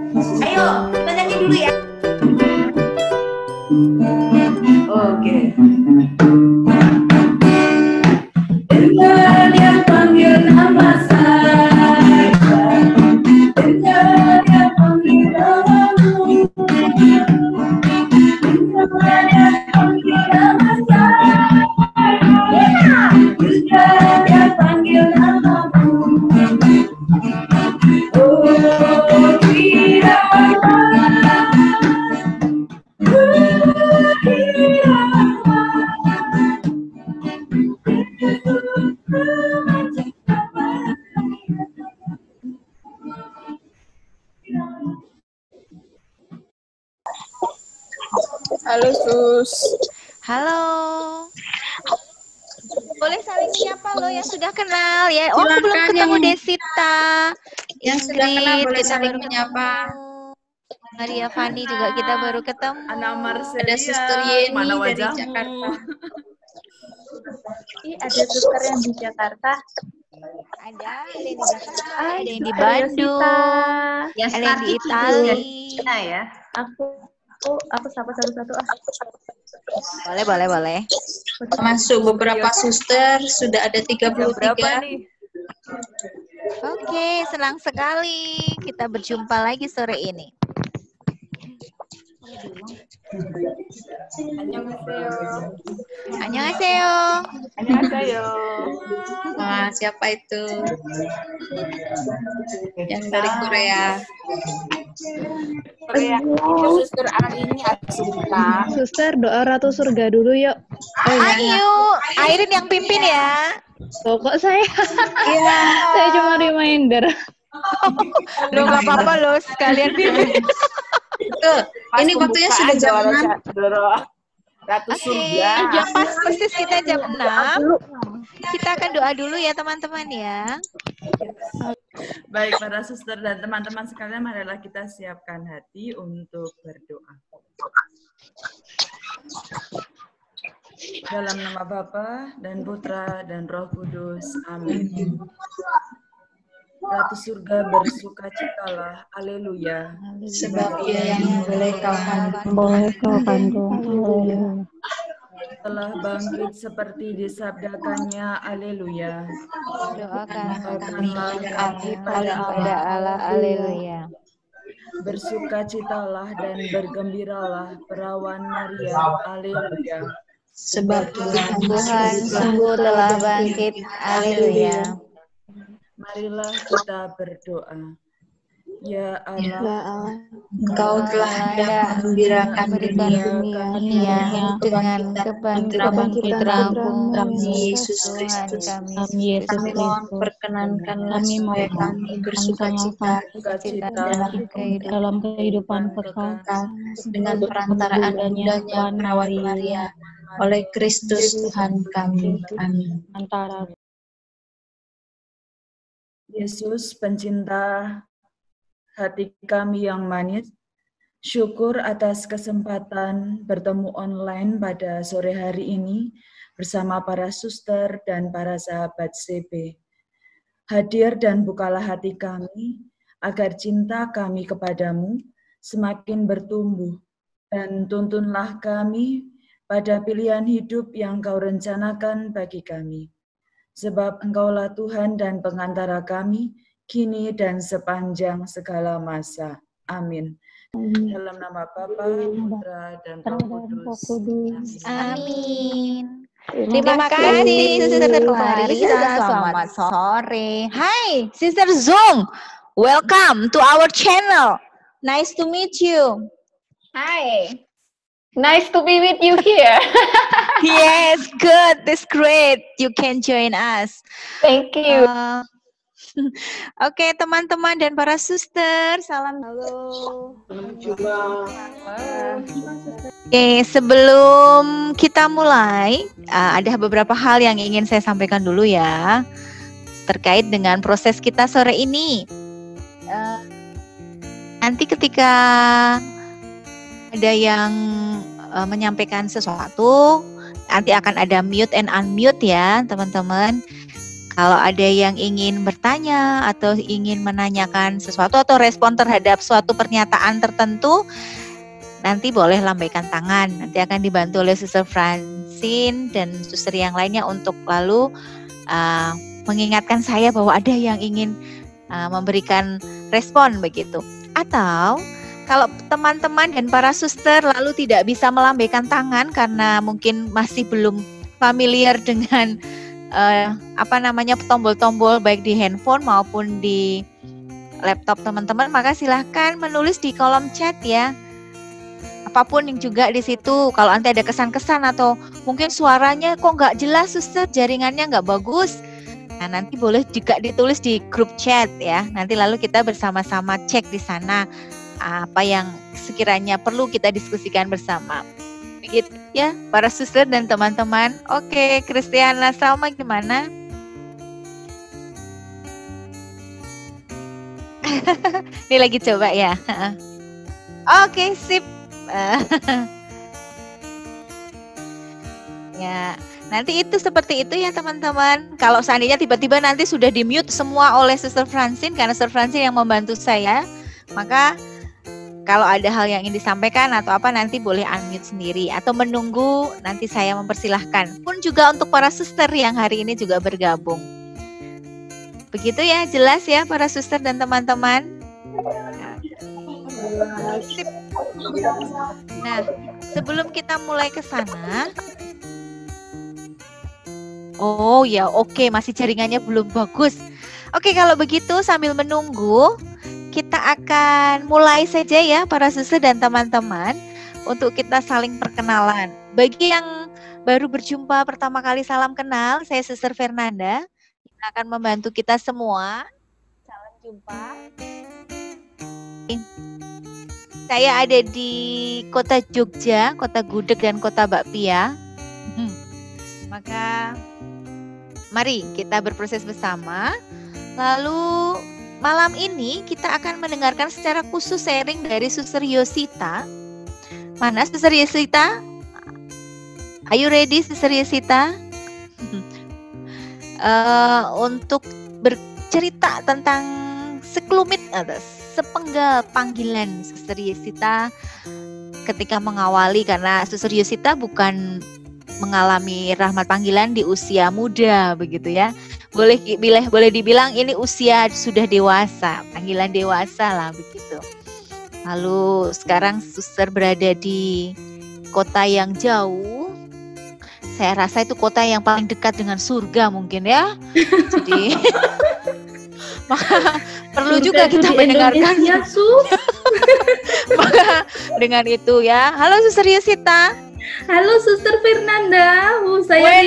Ayo, kita nyanyi dulu ya. Oke. Dengar dia panggil nama saya, dengar dia panggil namamu, dengar dia panggil nama saya, dengar dia panggil namamu. Oh, Halo Sus. Halo. Boleh saling menyapa loh yang sudah kenal ya. Oh, aku belum ketemu Desita. Yang sudah kenal boleh saling baru menyapa. Maria Fani juga kita baru ketemu. Ana Marcelia, Ada Suster Yeni mana dari wajahmu? Jakarta. Ada suster yang di Jakarta. Ada yang di Jakarta, ada yang di Bandung, Yang ada yang di Itali. Nah ya, aku sapa satu-satu ah. Boleh. Masuk beberapa suster, sudah ada 33. Berapa nih? Oke, senang sekali kita berjumpa lagi sore ini. Annyeonghaseyo. Annyeonghaseyo. Wah, siapa itu? Yang dari Korea. Suster ini ada cerita. Suster, doa Ratu Surga dulu yuk. Ayo, Airin yang pimpin ya. Kok saya? Iya. Saya cuma reminder. Loh, nggak apa-apa loh, sekalian pimpin. Tuh, ini waktunya sudah jam 6. Ratu Oke, Surga. jam pas persis kita jam 6. Kita akan doa dulu ya teman-teman ya. Baik, para suster dan teman-teman sekalian, marilah kita siapkan hati untuk berdoa. Dalam nama Bapa dan Putra dan Roh Kudus. Amin. Ratu Surga bersukacitalah. Haleluya. Sebab Dia yang boleh kau kandung. Telah bangkit seperti disabdakannya. Haleluya. Doakan kami pada Allah. Haleluya. Bersukacitalah dan bergembiralah perawan Maria. Haleluya. Sebab Tuhan sungguh telah bangkit. Haleluya. Marilah kita berdoa. Ya Allah, Engkau telah hendak menggembirakan dunia dengan kebangkitan kami Yesus Kristus. Kami mohon perkenankanlah supaya kami bersukacita dalam kehidupan kekal dengan perantaraan bundanya Perawat Maria oleh Kristus Tuhan kami. Amin. antara Yesus pencinta hati kami yang manis, syukur atas kesempatan bertemu online pada sore hari ini bersama para suster dan para sahabat CB. Hadir dan bukalah hati kami agar cinta kami kepadamu semakin bertumbuh, dan tuntunlah kami pada pilihan hidup yang kau rencanakan bagi kami. Sebab Engkaulah Tuhan dan pengantara kami, kini dan sepanjang segala masa. Amin. Dalam nama Bapa, Putra, dan Roh Kudus. Amin. Terima kasih Sister Clarissa. Selamat sore. Hai Sister Zong. Welcome to our channel. Nice to meet you. Hi. Nice to be with you here. Yes, good. That's great. You can join us. Thank you. Oke, teman-teman dan para suster, salam. Halo. Oke, sebelum kita mulai, ada beberapa hal yang ingin saya sampaikan dulu ya, terkait dengan proses kita sore ini. Nanti ketika ada yang menyampaikan sesuatu, nanti akan ada mute and unmute ya, teman-teman. Kalau ada yang ingin bertanya atau ingin menanyakan sesuatu atau respon terhadap suatu pernyataan tertentu, nanti boleh lambaikan tangan. Nanti akan dibantu oleh Suster Francine dan suster yang lainnya untuk lalu mengingatkan saya bahwa ada yang ingin memberikan respon begitu. Atau kalau teman-teman dan para suster lalu tidak bisa melambaikan tangan karena mungkin masih belum familiar dengan tombol-tombol baik di handphone maupun di laptop teman-teman, maka silahkan menulis di kolom chat ya. Apapun yang juga di situ. Kalau nanti ada kesan-kesan atau mungkin suaranya kok nggak jelas suster, jaringannya nggak bagus, nah nanti boleh juga ditulis di grup chat ya. Nanti lalu kita bersama-sama cek di sana apa yang sekiranya perlu kita diskusikan bersama. Begitu ya para suster dan teman-teman. Oke, Kristiana Salma gimana? Ini lagi coba ya. Oke, sip. Ya, nanti itu seperti itu ya teman-teman. Kalau seandainya tiba-tiba nanti sudah di-mute semua oleh Suster Francine karena Suster Francine yang membantu saya, maka kalau ada hal yang ingin disampaikan atau apa nanti boleh unmute sendiri atau menunggu nanti saya mempersilahkan. Pun juga untuk para suster yang hari ini juga bergabung. Begitu ya, jelas ya para suster dan teman-teman. Nah, sebelum kita mulai ke sana, oh ya, oke, masih jaringannya belum bagus. Oke, kalau begitu sambil menunggu, kita akan mulai saja ya para suster dan teman-teman untuk kita saling perkenalan. Bagi yang baru berjumpa pertama kali, salam kenal, saya Suster Fernanda yang akan membantu kita semua. Salam jumpa. Saya ada di kota Jogja, kota Gudeg dan kota Bakpia. Maka mari kita berproses bersama. Lalu malam ini kita akan mendengarkan secara khusus sharing dari Suster Yosita. Mana Suster Yosita? Are you ready Suster Yosita? Untuk bercerita tentang sekelumit atau sepenggal panggilan Suster Yosita ketika mengawali, karena Suster Yosita bukan mengalami rahmat panggilan di usia muda begitu ya. Boleh dibilang ini usia sudah dewasa, panggilan dewasa lah begitu. Lalu sekarang Suster berada di kota yang jauh. Saya rasa itu kota yang paling dekat dengan surga mungkin ya. Jadi maka perlu surga juga kita mendengarkan ya, maka dengan itu ya. Halo Suster Yosita. Halo Suster Fernanda. Saya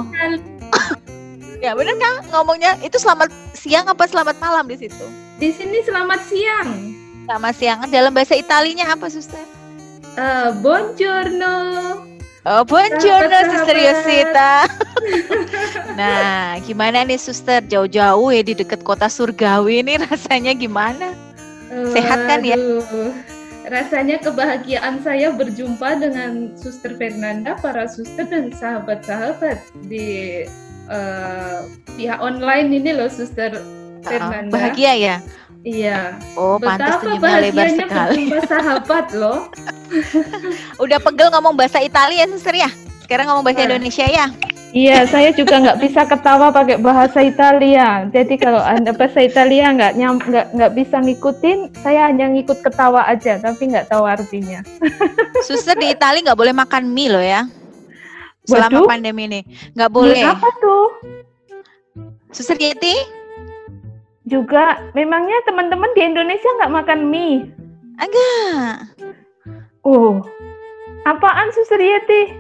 Ya benar kan ngomongnya itu selamat siang apa selamat malam di situ? Di sini selamat siang. Selamat siang. Dalam bahasa Italinya apa Suster? Buongiorno. Oh, buongiorno Suster Yosita. Nah, gimana nih Suster, jauh-jauh ya di dekat kota surgawi ini rasanya gimana? Sehat kan ya? Rasanya kebahagiaan saya berjumpa dengan Suster Fernanda, para suster dan sahabat-sahabat di pihak online ini loh Suster Fernanda. Bahagia ya? Iya. Oh, pantas senyumnya lebar sekali. Berjumpa sahabat loh. Udah pegel ngomong bahasa Italia Suster ya? Sekarang ngomong bahasa Indonesia ya? Iya, saya juga nggak bisa ketawa pakai bahasa Italia. Jadi kalau Anda bahasa Italia nggak bisa ngikutin, saya hanya ngikut ketawa aja, tapi nggak tahu artinya. Suster di Italia nggak boleh makan mie loh ya? Selama pandemi ini nggak boleh. Apa tuh? Suster Yeti? Juga, memangnya teman-teman di Indonesia nggak makan mie? Enggak. Oh, apaan Suster Yeti?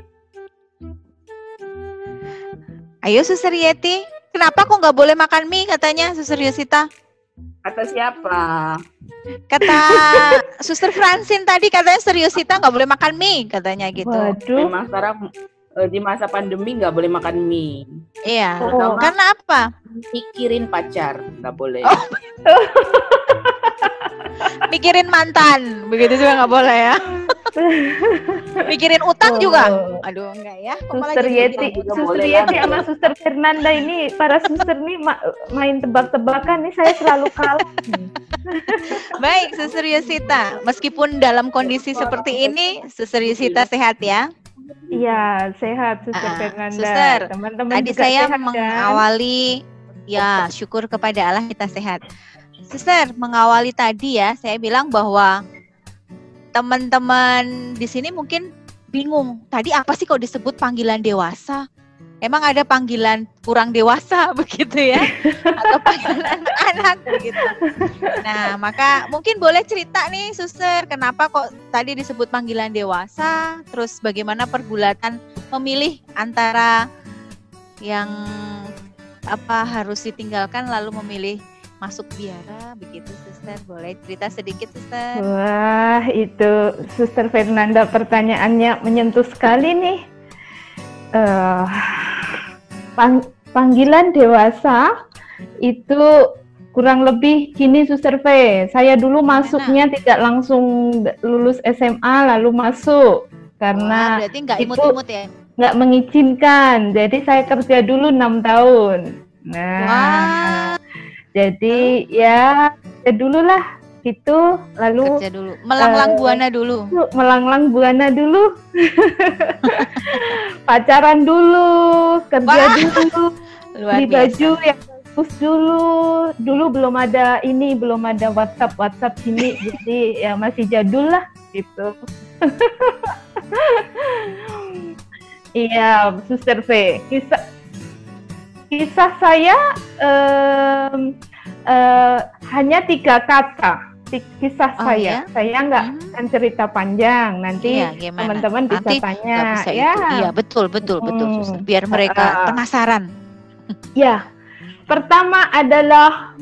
Ayo Suster Yeti, kenapa kok nggak boleh makan mie katanya Suster Yosita? Kata siapa? Kata Suster Francine tadi katanya Suster Yosita nggak boleh makan mie katanya gitu. Waduh. Memang sekarang di masa pandemi nggak boleh makan mie. Iya. Oh. Karena apa? Mikirin pacar nggak boleh. Oh. Mikirin mantan, begitu juga nggak boleh ya? Mikirin utang juga. Aduh, enggak ya. Kok malah Suster jadi Yeti, mikirin utang? Suster Yeti sama Suster Fernanda ini, para suster nih main tebak-tebakan nih saya selalu kalah. Baik, Suster Yosita. Meskipun dalam kondisi seperti ini, Suster Yosita sehat ya? Iya, sehat Suster Fernanda. Suster, Teman-teman tadi juga saya sehat, kan? mengawali, ya syukur kepada Allah kita sehat. Suster, mengawali tadi ya, saya bilang bahwa teman-teman di sini mungkin bingung. Tadi apa sih kok disebut panggilan dewasa? Emang ada panggilan kurang dewasa begitu ya? Atau panggilan anak begitu? Nah, maka mungkin boleh cerita nih, Suster, kenapa kok tadi disebut panggilan dewasa? Terus bagaimana pergulatan memilih antara yang harus ditinggalkan lalu memilih masuk biara begitu, Suster? Boleh cerita sedikit, Suster? Wah, itu Suster Fernanda pertanyaannya menyentuh sekali nih. Panggilan dewasa itu kurang lebih gini, Suster V. Saya dulu masuknya tidak langsung lulus SMA lalu masuk karena berarti nggak itu imut-imut ya? nggak mengizinkan. Jadi saya kerja dulu 6 tahun. Nah, jadi ya dulu lah gitu, lalu kerja dulu, melanglang buana dulu. Melanglang buana dulu. Pacaran dulu, kerja dulu, beli baju yang bagus dulu. Dulu belum ada WhatsApp gini, jadi ya masih jadul lah gitu. Iya, Suster V. Kisah saya hanya 3 kata. Kisah saya. Ya? Saya nggak akan cerita panjang. Nanti teman-teman bisa tanya. Bisa ya. Iya, betul, Suster. Biar mereka penasaran. Ya, pertama adalah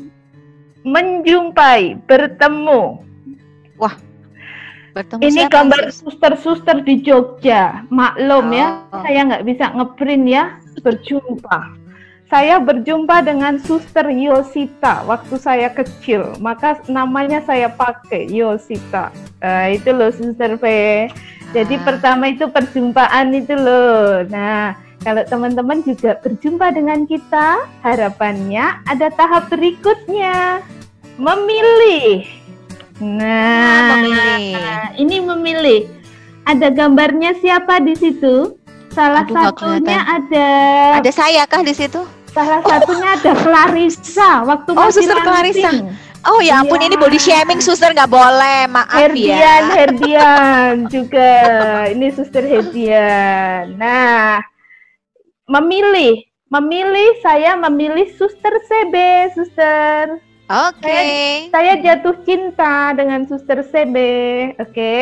bertemu. Wah, bertemu ini siapa, gambar suster-suster di Jogja. Maklum ya, saya nggak bisa ngeprint ya. Berjumpa. Saya berjumpa dengan Suster Yosita waktu saya kecil, maka namanya saya pakai Yosita. Itu loh, Suster V. Jadi pertama itu perjumpaan itu loh. Nah, kalau teman-teman juga berjumpa dengan kita, harapannya ada tahap berikutnya, memilih. Nah, ini memilih. Ada gambarnya siapa di situ? Salah satunya ada saya kah di situ? Salah satunya ada Clarissa waktu masih Suster Clarissa. Oh ya ampun, ini body shaming, Suster, nggak boleh, maaf ya. Herdian juga, ini Suster Herdian. Nah, memilih saya memilih Suster CB, Suster. Oke. Saya jatuh cinta dengan Suster CB, oke.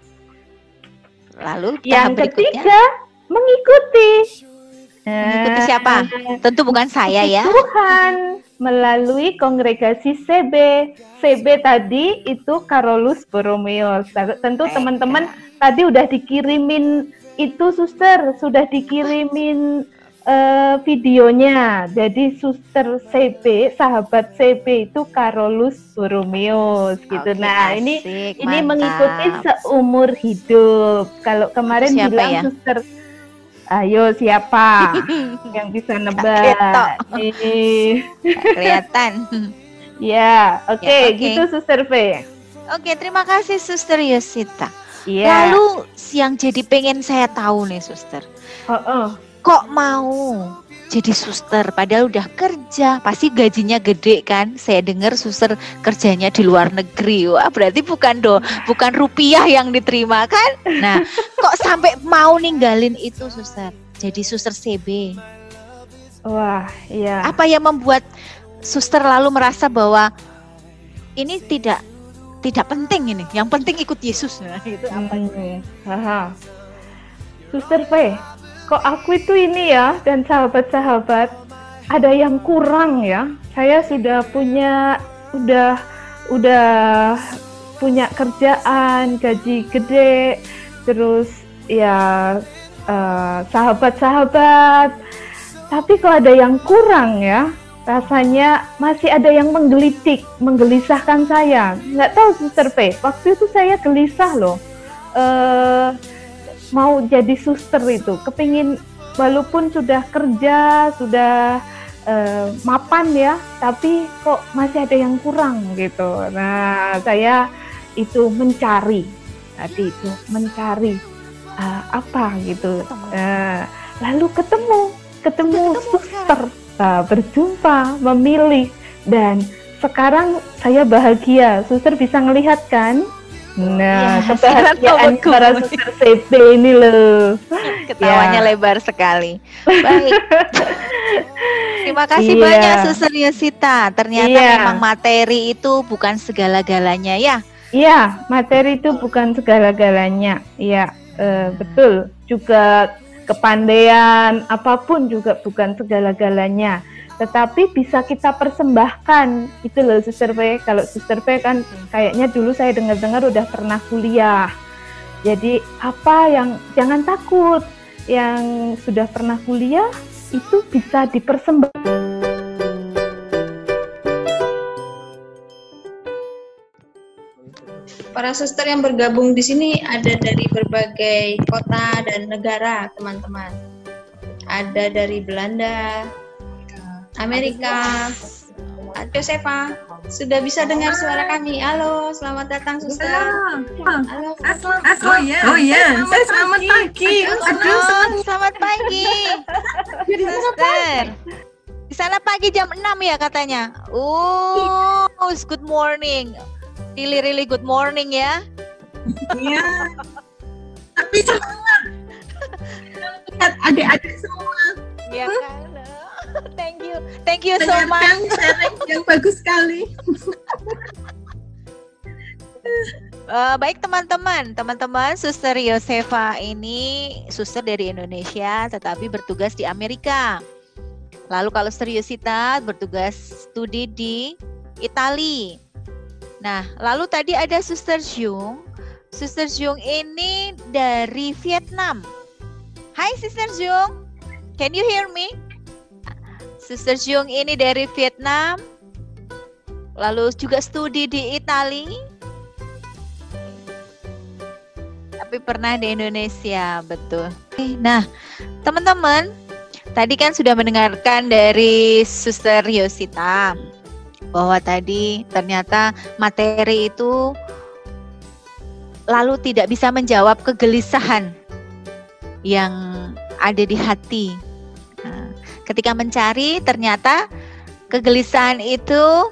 Lalu yang ketiga mengikuti. Mengikuti siapa? Tentu bukan saya ya. Tuhan melalui kongregasi CB. CB tadi itu Carolus Borromeus. Tentu teman-teman tadi udah dikirimin itu, Suster, sudah dikirimin videonya. Jadi Suster CB, sahabat CB itu Carolus Borromeus gitu. Nah, asik, ini mengikuti seumur hidup. Kalau kemarin bilang ya? Suster, ayo siapa yang bisa nebak? Kelihatan. Ya, oke, gitu Suster V. Oke, terima kasih Suster Yosita. Lalu yang jadi pengen saya tahu nih, Suster. Kok mau jadi suster padahal udah kerja? Pasti gajinya gede kan? Saya dengar Suster kerjanya di luar negeri. Wah, berarti bukan rupiah yang diterima kan? Nah, kok sampai mau ninggalin itu, Suster? Jadi Suster CB. Wah, iya. Apa yang membuat Suster lalu merasa bahwa ini tidak penting ini. Yang penting ikut Yesus. Nah, itu apa? Suster V, kok aku itu ini ya, dan sahabat-sahabat ada yang kurang ya. Saya sudah punya punya kerjaan, gaji gede, terus ya sahabat-sahabat. Tapi kok ada yang kurang ya. Rasanya masih ada yang menggelisahkan saya. Nggak tahu Suster P, waktu itu saya gelisah loh. mau jadi suster itu, kepingin walaupun sudah kerja, sudah mapan ya, tapi kok masih ada yang kurang gitu. Nah, saya itu mencari apa gitu. Lalu ketemu suster, berjumpa, memilih, dan sekarang saya bahagia. Suster bisa ngelihat kan? Nah, ya, kebahagiaan para suster CB ini loh. Ketawanya lebar sekali. Baik. Terima kasih banyak Suster Yosita. Ternyata memang materi itu bukan segala-galanya ya. Iya, materi itu bukan segala-galanya. Iya, betul. Juga kepandaian apapun juga bukan segala-galanya. Tetapi bisa kita persembahkan. Itu loh Suster P. Kalau Suster P kan kayaknya dulu saya dengar-dengar udah pernah kuliah. Jadi apa yang jangan takut, yang sudah pernah kuliah itu bisa dipersembahkan. Para suster yang bergabung di sini ada dari berbagai kota dan negara, teman-teman. Ada dari Belanda, Amerika. Josefa, sudah bisa dengar suara kami. Halo, selamat datang suster. Halo. Oh ya, saya selamat pagi. Selamat pagi. Suster. Di sana pagi jam 6 ya katanya. Oh, it's good morning. Really good morning ya. Iya. Tapi semangat. Lihat adik-adik semua. Iya kan. Thank you so much. Sharing yang bagus sekali. Baik teman-teman, Suster Yosefa ini suster dari Indonesia tetapi bertugas di Amerika. Lalu kalau Suster Yosita bertugas studi di Italia. Nah, lalu tadi ada Suster Jung. Suster Jung ini dari Vietnam. Hai Suster Jung, can you hear me? Suster Jung ini dari Vietnam, lalu juga studi di Italia, tapi pernah di Indonesia, betul. Nah, teman-teman, tadi kan sudah mendengarkan dari Suster Yosita bahwa tadi ternyata materi itu lalu tidak bisa menjawab kegelisahan yang ada di hati. Ketika mencari, ternyata kegelisahan itu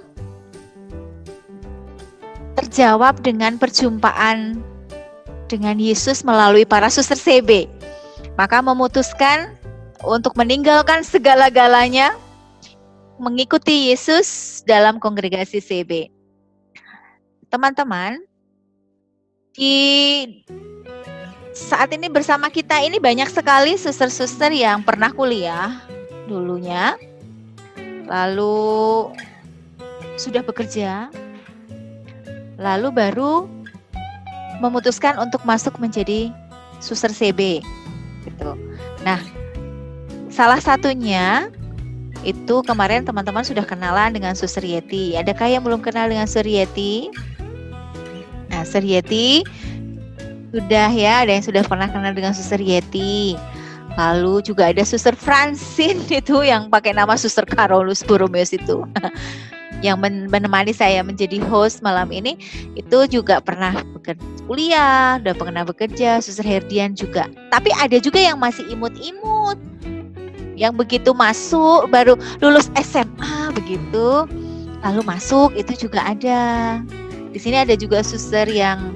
terjawab dengan perjumpaan dengan Yesus melalui para suster CB. Maka memutuskan untuk meninggalkan segala-galanya, mengikuti Yesus dalam kongregasi CB. Teman-teman, di saat ini bersama kita ini banyak sekali suster-suster yang pernah kuliah dulunya, lalu sudah bekerja, lalu baru memutuskan untuk masuk menjadi suster CB gitu. Nah, salah satunya itu kemarin teman-teman sudah kenalan dengan Suster Yeti. Adakah yang belum kenal dengan Suster Yeti? Nah, Suster Yeti sudah ya, ada yang sudah pernah kenal dengan Suster Yeti. Lalu juga ada Suster Francine itu yang pakai nama Suster Carolus Borromeus itu yang menemani saya menjadi host malam ini. Itu juga pernah kuliah, udah pernah bekerja. Suster Herdian juga. Tapi ada juga yang masih imut-imut, yang begitu masuk baru lulus SMA begitu, lalu masuk itu juga ada. Di sini ada juga suster yang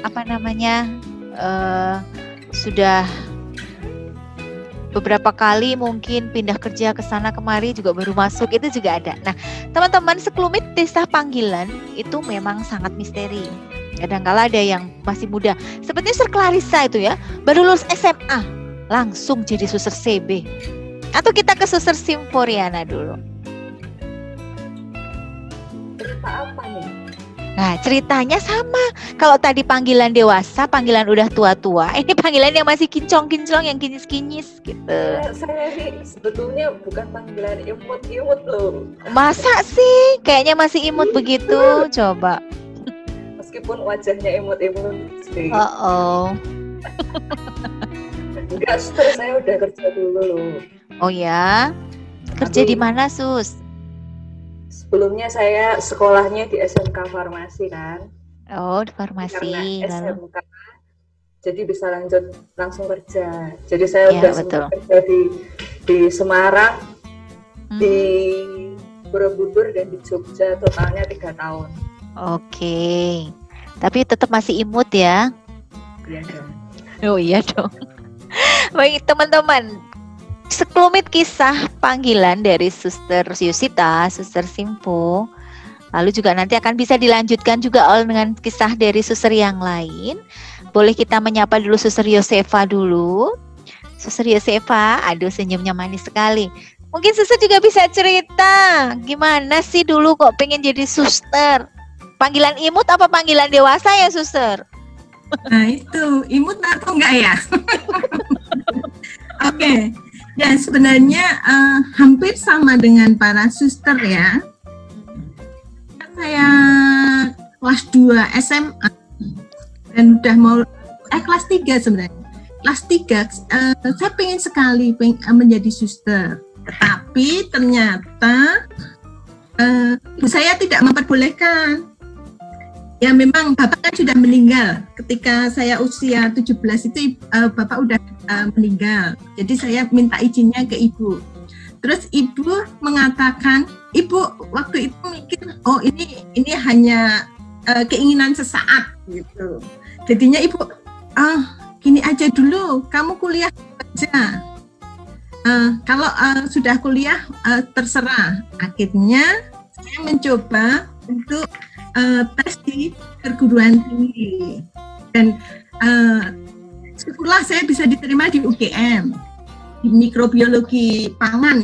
sudah beberapa kali mungkin pindah kerja ke sana kemari juga baru masuk, itu juga ada. Nah, teman-teman, sekelumit kisah panggilan itu memang sangat misteri. Kadang-kala ada yang masih muda, seperti Suster Clarissa itu ya, baru lulus SMA langsung jadi suster CB. Atau kita ke Suster Simforiana dulu. Cerita apa nih? Nah, ceritanya sama. Kalau tadi panggilan dewasa, panggilan udah tua-tua. Ini panggilan yang masih kinclong-kinclong, yang kinyis-kinyis gitu. Saya sebetulnya bukan panggilan imut-imut loh. Masa sih? Kayaknya masih imut begitu. Coba. meskipun wajahnya imut-imut sih. Enggak, suster, saya udah kerja dulu. Oh ya? Kerja di mana, Sus? Sebelumnya saya sekolahnya di SMK Farmasi kan. Oh, di farmasi. Karena SMK, jadi bisa langsung kerja. Jadi saya udah sempat kerja di Semarang, di Borobudur dan di Jogja, totalnya 3 tahun. Oke. Tapi tetap masih imut ya? Iya dong. Oh iya dong. Baik teman-teman, sekelumit kisah panggilan dari Suster Yosita, Suster Simpo. Lalu juga nanti akan bisa dilanjutkan juga dengan kisah dari suster yang lain. Boleh kita menyapa dulu Suster Yosefa dulu. Suster Yosefa, aduh senyumnya manis sekali. Mungkin suster juga bisa cerita, gimana sih dulu kok pengen jadi suster? Panggilan imut apa panggilan dewasa ya suster? Nah itu, imut atau enggak ya? Oke. Ya sebenarnya hampir sama dengan para suster ya. Saya kelas 2 SMA dan udah mau kelas 3 sebenarnya. Kelas 3 saya pengen sekali menjadi suster. Tetapi ternyata ibu saya tidak memperbolehkan. Ya memang bapak kan sudah meninggal. Ketika saya usia 17 itu bapak udah meninggal. Jadi saya minta izinnya ke ibu. Terus ibu mengatakan, ibu waktu itu mikir, oh ini hanya keinginan sesaat gitu. Jadinya ibu, gini aja dulu, kamu kuliah aja. Kalau sudah kuliah terserah. Akhirnya saya mencoba untuk tes di perguruan tinggi dan syukurlah saya bisa diterima di UGM di mikrobiologi pangan.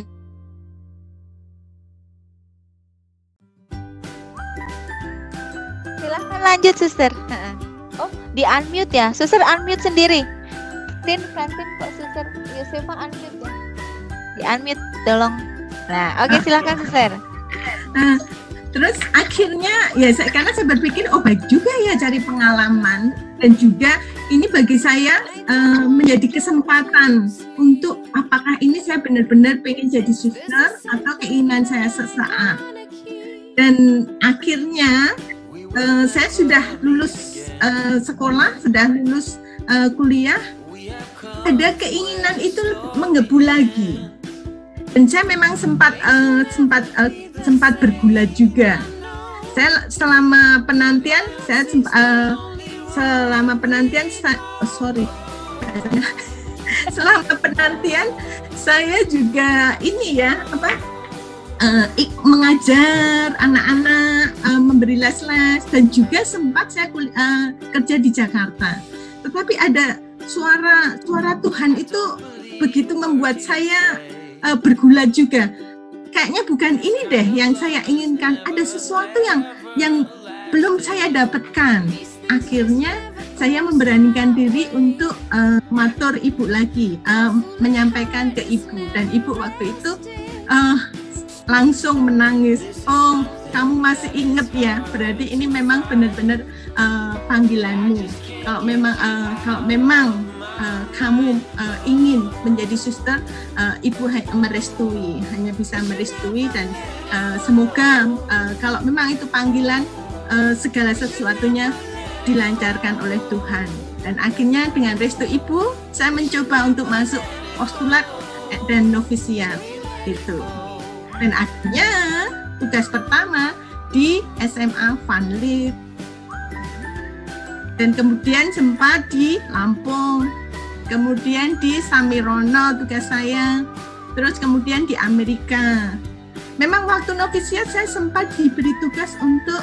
Silahkan lanjut suster. Oh di unmute ya, suster unmute sendiri. Frantin kok suster Yosefa unmute ya? Di unmute tolong. Nah oke, silahkan suster. Terus akhirnya ya karena saya berpikir baik juga ya cari pengalaman dan juga ini bagi saya menjadi kesempatan untuk apakah ini saya benar-benar pengen jadi suster atau keinginan saya sesaat. Dan akhirnya saya sudah lulus sekolah, sudah lulus kuliah, ada keinginan itu menggebu lagi. Dan saya memang sempat bergulat juga. Saya selama penantian saya juga mengajar anak-anak, memberi les-les dan juga sempat saya kerja di Jakarta. Tetapi ada suara Tuhan itu begitu membuat saya bergulat juga. Kayaknya bukan ini deh yang saya inginkan. Ada sesuatu yang belum saya dapatkan. Akhirnya saya memberanikan diri untuk matur ibu lagi, menyampaikan ke ibu, dan ibu waktu itu langsung menangis. Oh, kamu masih ingat ya? Berarti ini memang benar-benar panggilanmu. Kalau memang kamu ingin menjadi suster, ibu merestui, hanya bisa merestui, dan semoga kalau memang itu panggilan, segala sesuatunya dilancarkan oleh Tuhan. Dan akhirnya dengan restu ibu, saya mencoba untuk masuk postulat dan novisiat gitu. Dan akhirnya tugas pertama di SMA Vanlit, dan kemudian sempat di Lampung, kemudian di Samirono tugas saya, terus kemudian di Amerika. Memang waktu novisiat saya sempat diberi tugas untuk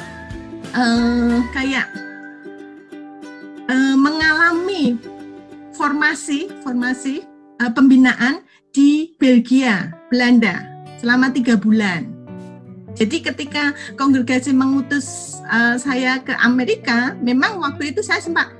mengalami formasi pembinaan di Belgia, Belanda selama 3 bulan. Jadi ketika kongregasi mengutus saya ke Amerika, memang waktu itu saya sempat,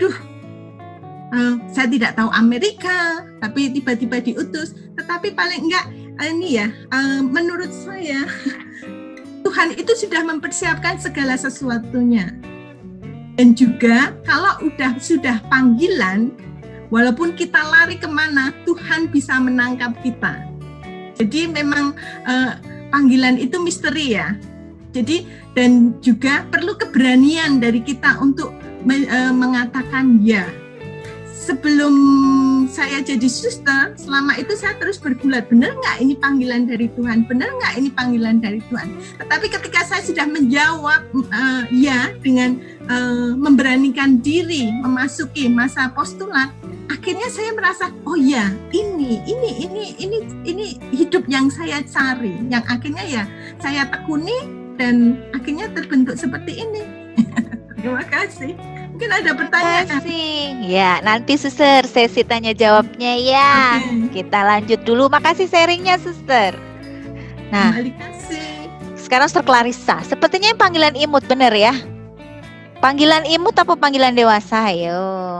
saya tidak tahu Amerika, tapi tiba-tiba diutus. Tetapi paling enggak menurut saya Tuhan itu sudah mempersiapkan segala sesuatunya. Dan juga kalau sudah panggilan, walaupun kita lari kemana, Tuhan bisa menangkap kita. Jadi memang panggilan itu misteri ya. Jadi dan juga perlu keberanian dari kita untuk mengatakan ya. Sebelum saya jadi suster, selama itu saya terus bergulat, benar nggak ini panggilan dari Tuhan? Benar nggak ini panggilan dari Tuhan? Tetapi ketika saya sudah menjawab ya dengan memberanikan diri memasuki masa postulat, akhirnya saya merasa oh ya ini hidup yang saya cari, yang akhirnya ya saya tekuni dan akhirnya terbentuk seperti ini. Terima kasih. Mungkin ada pertanyaan. Ya, nanti Suster sesi tanya jawabnya ya. Okay. Kita lanjut dulu. Makasih sharingnya Suster. Nah, sekarang Suster Clarissa. Sepertinya panggilan imut benar ya? Panggilan imut apa panggilan dewasa? Ayo.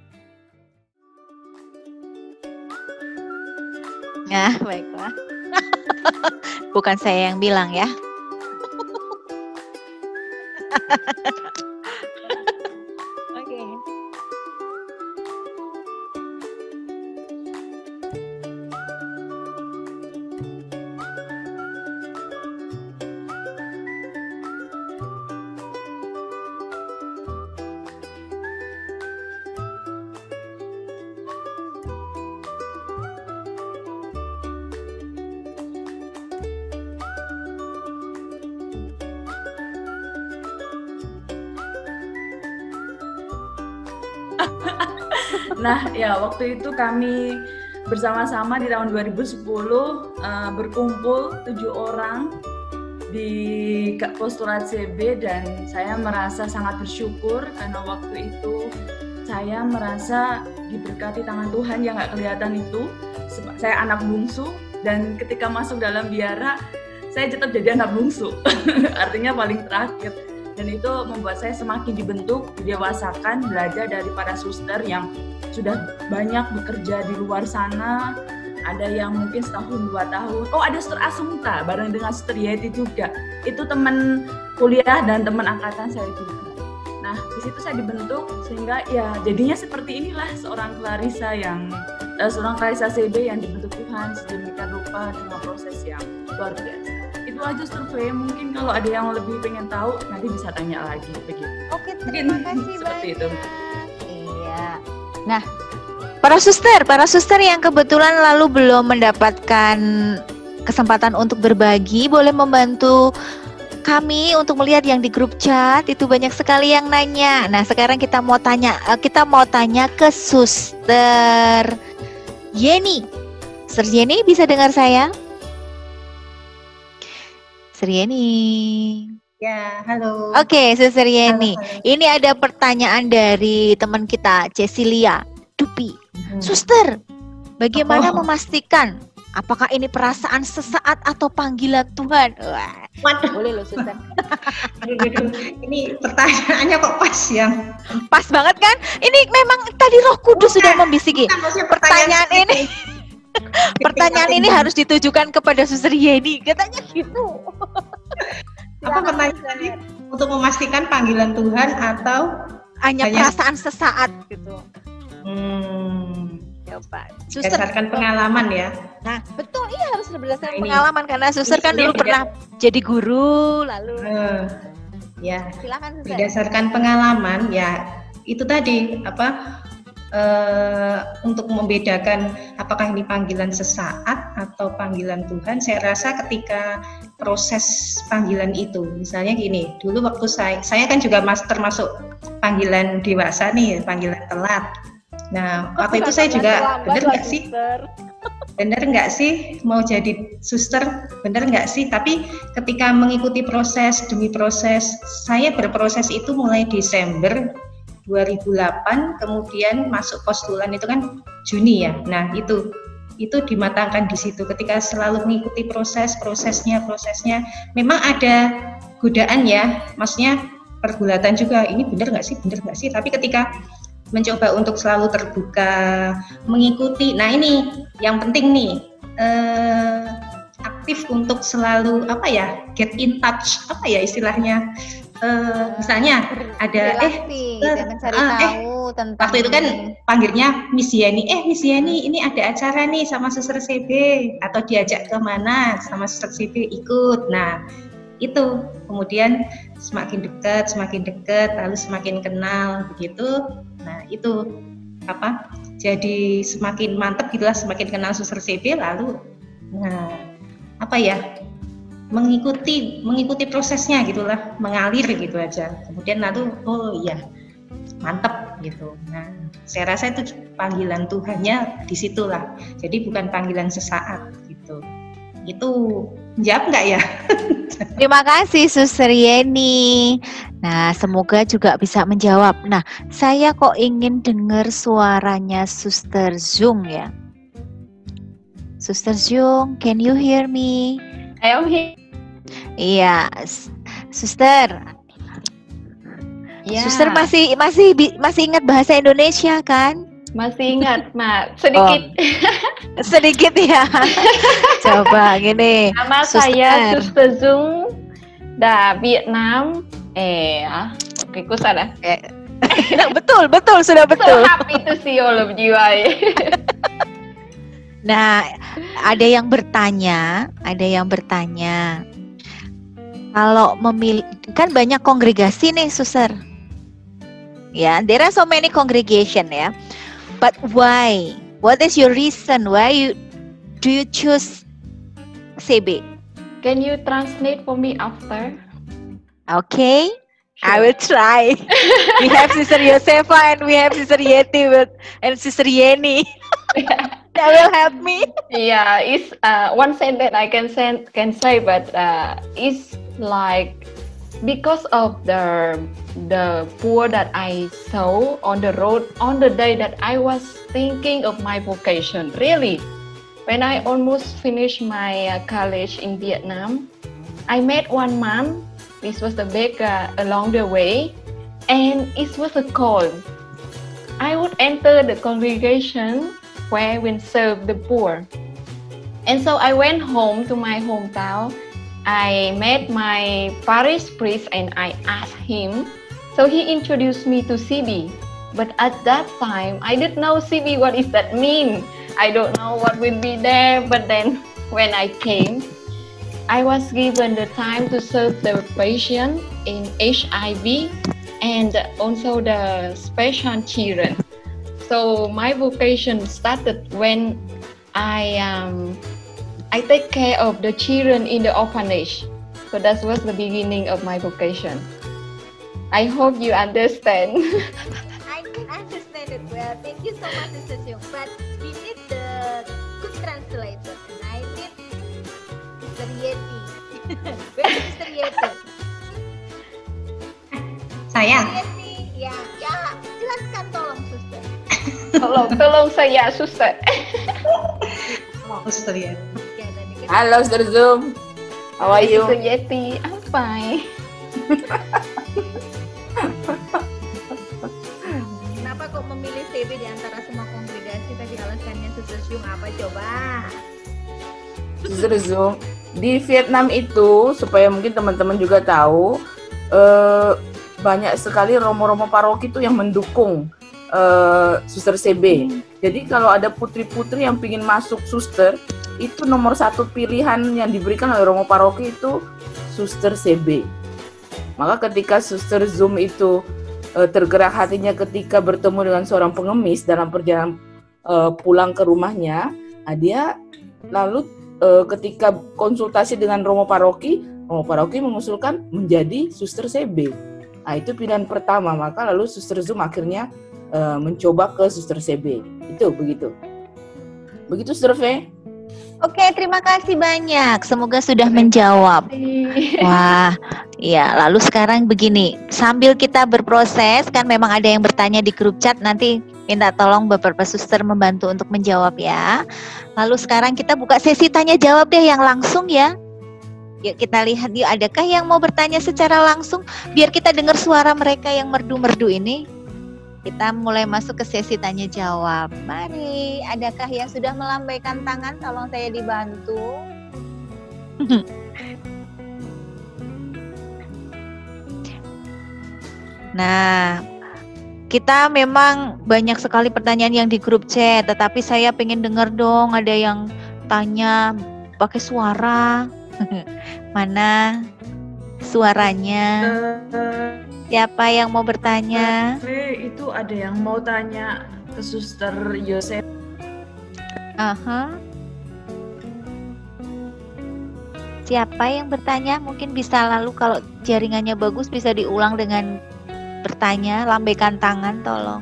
Nah, baiklah. Bukan saya yang bilang ya. Nah, ya waktu itu kami bersama-sama di tahun 2010 berkumpul 7 orang di postulat CB dan saya merasa sangat bersyukur karena waktu itu saya merasa diberkati tangan Tuhan yang gak kelihatan itu. Saya anak bungsu dan ketika masuk dalam biara saya tetap jadi anak bungsu, artinya paling terakhir. Dan itu membuat saya semakin dibentuk, didewasakan, belajar dari para suster yang sudah banyak bekerja di luar sana. Ada yang mungkin setahun 2 tahun. Oh, ada Suster Asumta bareng dengan Suster Yeti juga. Itu teman kuliah dan teman angkatan saya juga. Nah, di situ saya dibentuk sehingga ya jadinya seperti inilah seorang Clarissa CB yang dibentuk Tuhan sedemikian rupa dengan proses yang luar biasa. Itu aja survei, mungkin kalau ada yang lebih pengen tahu nanti bisa tanya lagi begitu. Oke, terima kasih seperti banyak. Itu. Iya. Nah, para suster yang kebetulan lalu belum mendapatkan kesempatan untuk berbagi, boleh membantu kami untuk melihat yang di grup chat, itu banyak sekali yang nanya. Nah, sekarang kita mau tanya ke Suster Yeni. Suster Yeni bisa dengar saya? Suster Yeni. Ya, halo. Oke, Suster Yeni. Halo. Ini ada pertanyaan dari teman kita, Cecilia Dupi. Suster, bagaimana memastikan apakah ini perasaan sesaat atau panggilan Tuhan? Wah, boleh loh, Suster. Ini pertanyaannya kok pas ya? Pas banget kan? Ini memang tadi Roh Kudus sudah membisiki. Pertanyaan ini. Pertanyaan ini harus ditujukan kepada Suster Yeni, katanya gitu. Apa pertanyaannya? Untuk memastikan panggilan Tuhan atau hanya perasaan sesaat gitu? Coba. Suster. Berdasarkan pengalaman ya. Nah, betul, iya harus berdasarkan pengalaman karena Suster kan dulu pernah jadi guru lalu. Ya. Silakan Suster. Berdasarkan pengalaman ya itu tadi untuk membedakan apakah ini panggilan sesaat atau panggilan Tuhan, saya rasa ketika proses panggilan itu, misalnya gini, dulu waktu saya kan juga termasuk panggilan dewasa nih, panggilan telat. Nah, waktu itu saya juga bener nggak sih mau jadi suster, bener nggak sih? Tapi ketika mengikuti proses demi proses, saya berproses itu mulai Desember 2008, kemudian masuk postulan itu kan Juni ya. Nah, itu dimatangkan di situ. Ketika selalu mengikuti prosesnya, memang ada godaan ya, maksudnya pergulatan juga. Ini benar nggak sih? Tapi ketika mencoba untuk selalu terbuka, mengikuti. Nah, ini yang penting nih, aktif untuk selalu get in touch, istilahnya. misalnya ada dan mencari tahu tentang waktu itu kan panggilnya Miss Yeni, Miss Yeni ini ada acara nih sama Suster CB, atau diajak ke mana sama Suster CB, ikut. Nah itu kemudian semakin dekat lalu semakin kenal begitu. Nah itu jadi semakin mantap gitulah, semakin kenal Suster CB, lalu mengikuti prosesnya gitulah, mengalir gitu aja. Kemudian lalu mantap gitu. Nah, saya rasa itu panggilan Tuhannya di situlah. Jadi bukan panggilan sesaat gitu. Itu jawab nggak ya? Terima kasih Suster Yeni. Nah, semoga juga bisa menjawab. Nah, saya kok ingin dengar suaranya Suster Zung ya. Suster Zung, can you hear me? I am here. Iya, Suster. Ya. Suster masih ingat bahasa Indonesia kan? Masih ingat, Mak. Sedikit. Sedikit ya. Coba gini. Nama saya Suster Zung, Việt Nam. Oke, kusana. Betul, sudah betul. Happy to see all of you. Nah, ada yang bertanya. Kalau memilih, kan banyak kongregasi nih, Suster. Ya, there are so many congregation ya. But why? What is your reason? Why do you choose CB? Can you translate for me after? Okay, sure. I will try. We have Sister Josefa and we have Sister Yeti and Sister Yeni. That will help me. Yeah, it's one sentence I can say, but it's like because of the poor that I saw on the road on the day that I was thinking of my vocation. Really, when I almost finished my college in Vietnam, I met one mom. This was the beggar along the way, and it was a call. I would enter the congregation where we serve the poor. And so I went home to my hometown. I met my parish priest and I asked him. So he introduced me to CB. But at that time, I didn't know CB, what does that mean? I don't know what will be there. But then when I came, I was given the time to serve the patient in HIV and also the special children. So my vocation started when I take care of the children in the orphanage. So that was the beginning of my vocation. I hope you understand. I can understand it well. Thank you so much, Sister Jung. But we need the good translator. And I need Sister Yeti. Where is Sister Yeti? Saya. Yeti, ya, jelaskan tolong, Suster. Tolong saya, Suster. Suster Yeti. Halo Suster Zoom, how are you? Suster Yeti, I'm fine. Kenapa kok memilih CB di antara semua kongregasi? Tadi alasannya Suster Zoom apa coba? Suster Zoom, di Vietnam itu supaya mungkin teman-teman juga tahu, banyak sekali romo-romo paroki itu yang mendukung Suster CB. Jadi kalau ada putri-putri yang ingin masuk suster, itu nomor satu pilihan yang diberikan oleh romo paroki itu Suster CB. Maka ketika Suster Zoom itu tergerak hatinya ketika bertemu dengan seorang pengemis dalam perjalanan pulang ke rumahnya, dia lalu ketika konsultasi dengan romo paroki mengusulkan menjadi Suster CB. Nah, itu pilihan pertama. Maka lalu Suster Zoom akhirnya mencoba ke Suster CB. Itu begitu. Begitu Suster V. Oke, terima kasih banyak. Semoga sudah menjawab. Wah, ya. Lalu sekarang begini, sambil kita berproses, kan memang ada yang bertanya di grup chat. Nanti minta tolong beberapa suster membantu untuk menjawab ya. Lalu sekarang kita buka sesi tanya jawab deh yang langsung ya. Yuk kita lihat yuk, adakah yang mau bertanya secara langsung? Biar kita dengar suara mereka yang merdu-merdu ini. Kita mulai masuk ke sesi tanya jawab. Mari, adakah yang sudah melambaikan tangan? Tolong saya dibantu. Nah, kita memang banyak sekali pertanyaan yang di grup chat, tetapi saya pengen dengar dong, ada yang tanya pakai suara. Mana suaranya? Siapa yang mau bertanya? Itu ada yang mau tanya ke Suster Yosef. Siapa yang bertanya? Mungkin bisa lalu kalau jaringannya bagus bisa diulang dengan bertanya, lambaikan tangan tolong.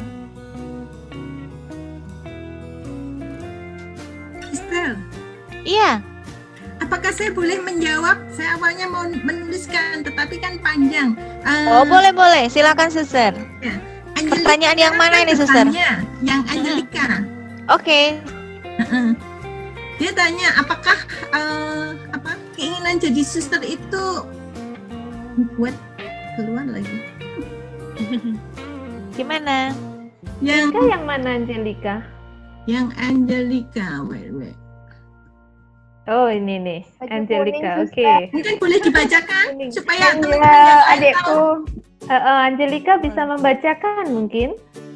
Sister. Iya. Apakah saya boleh menjawab? Saya awalnya mau menuliskan, tetapi kan panjang. Boleh. Silakan, Suster. Ya. Pertanyaan yang mana ini, Suster? Yang Angelika. Oke. Dia tanya, apakah keinginan jadi suster itu buat keluar lagi? Gimana? Yang mana, Angelika? Yang Angelika, wait. Oh, ini nih, Angelika. Oke. Mungkin boleh dibacakan supaya adikku. Angelika bisa membacakan mungkin?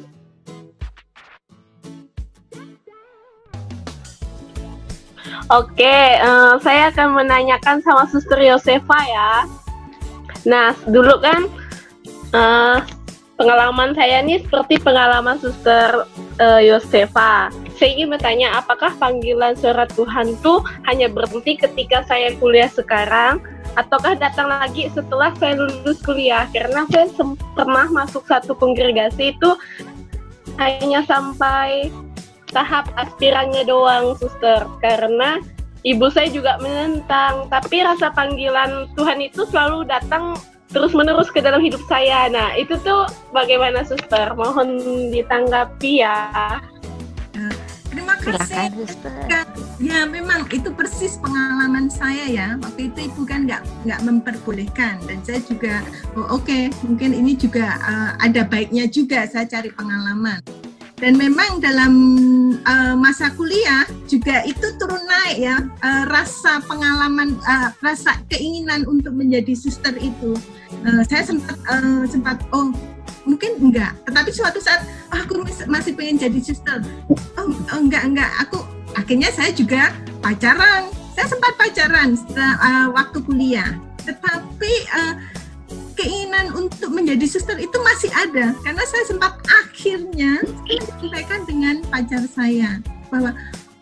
Oke, saya akan menanyakan sama Suster Yosefa ya. Nah, dulu kan pengalaman saya ini seperti pengalaman Suster Yosefa. Saya ingin bertanya, apakah panggilan suara Tuhan itu hanya berhenti ketika saya kuliah sekarang, ataukah datang lagi setelah saya lulus kuliah? Karena saya pernah masuk satu kongregasi itu hanya sampai tahap aspirannya doang, Suster. Karena ibu saya juga menentang, tapi rasa panggilan Tuhan itu selalu datang terus-menerus ke dalam hidup saya. Nah, itu tuh bagaimana, Suster? Mohon ditanggapi ya. Terima kasih. Ya, memang itu persis pengalaman saya ya. Waktu itu ibu kan nggak memperbolehkan, dan saya juga oke, mungkin ini juga ada baiknya juga saya cari pengalaman. Dan memang dalam masa kuliah juga itu turun naik ya, rasa pengalaman, rasa keinginan untuk menjadi suster itu. Saya sempat mungkin enggak, tetapi suatu saat aku masih pengen jadi suster. Enggak, aku akhirnya saya juga pacaran. Saya sempat pacaran waktu kuliah, tetapi keinginan untuk menjadi suster itu masih ada, karena saya sempat akhirnya sampaikan dengan pacar saya bahwa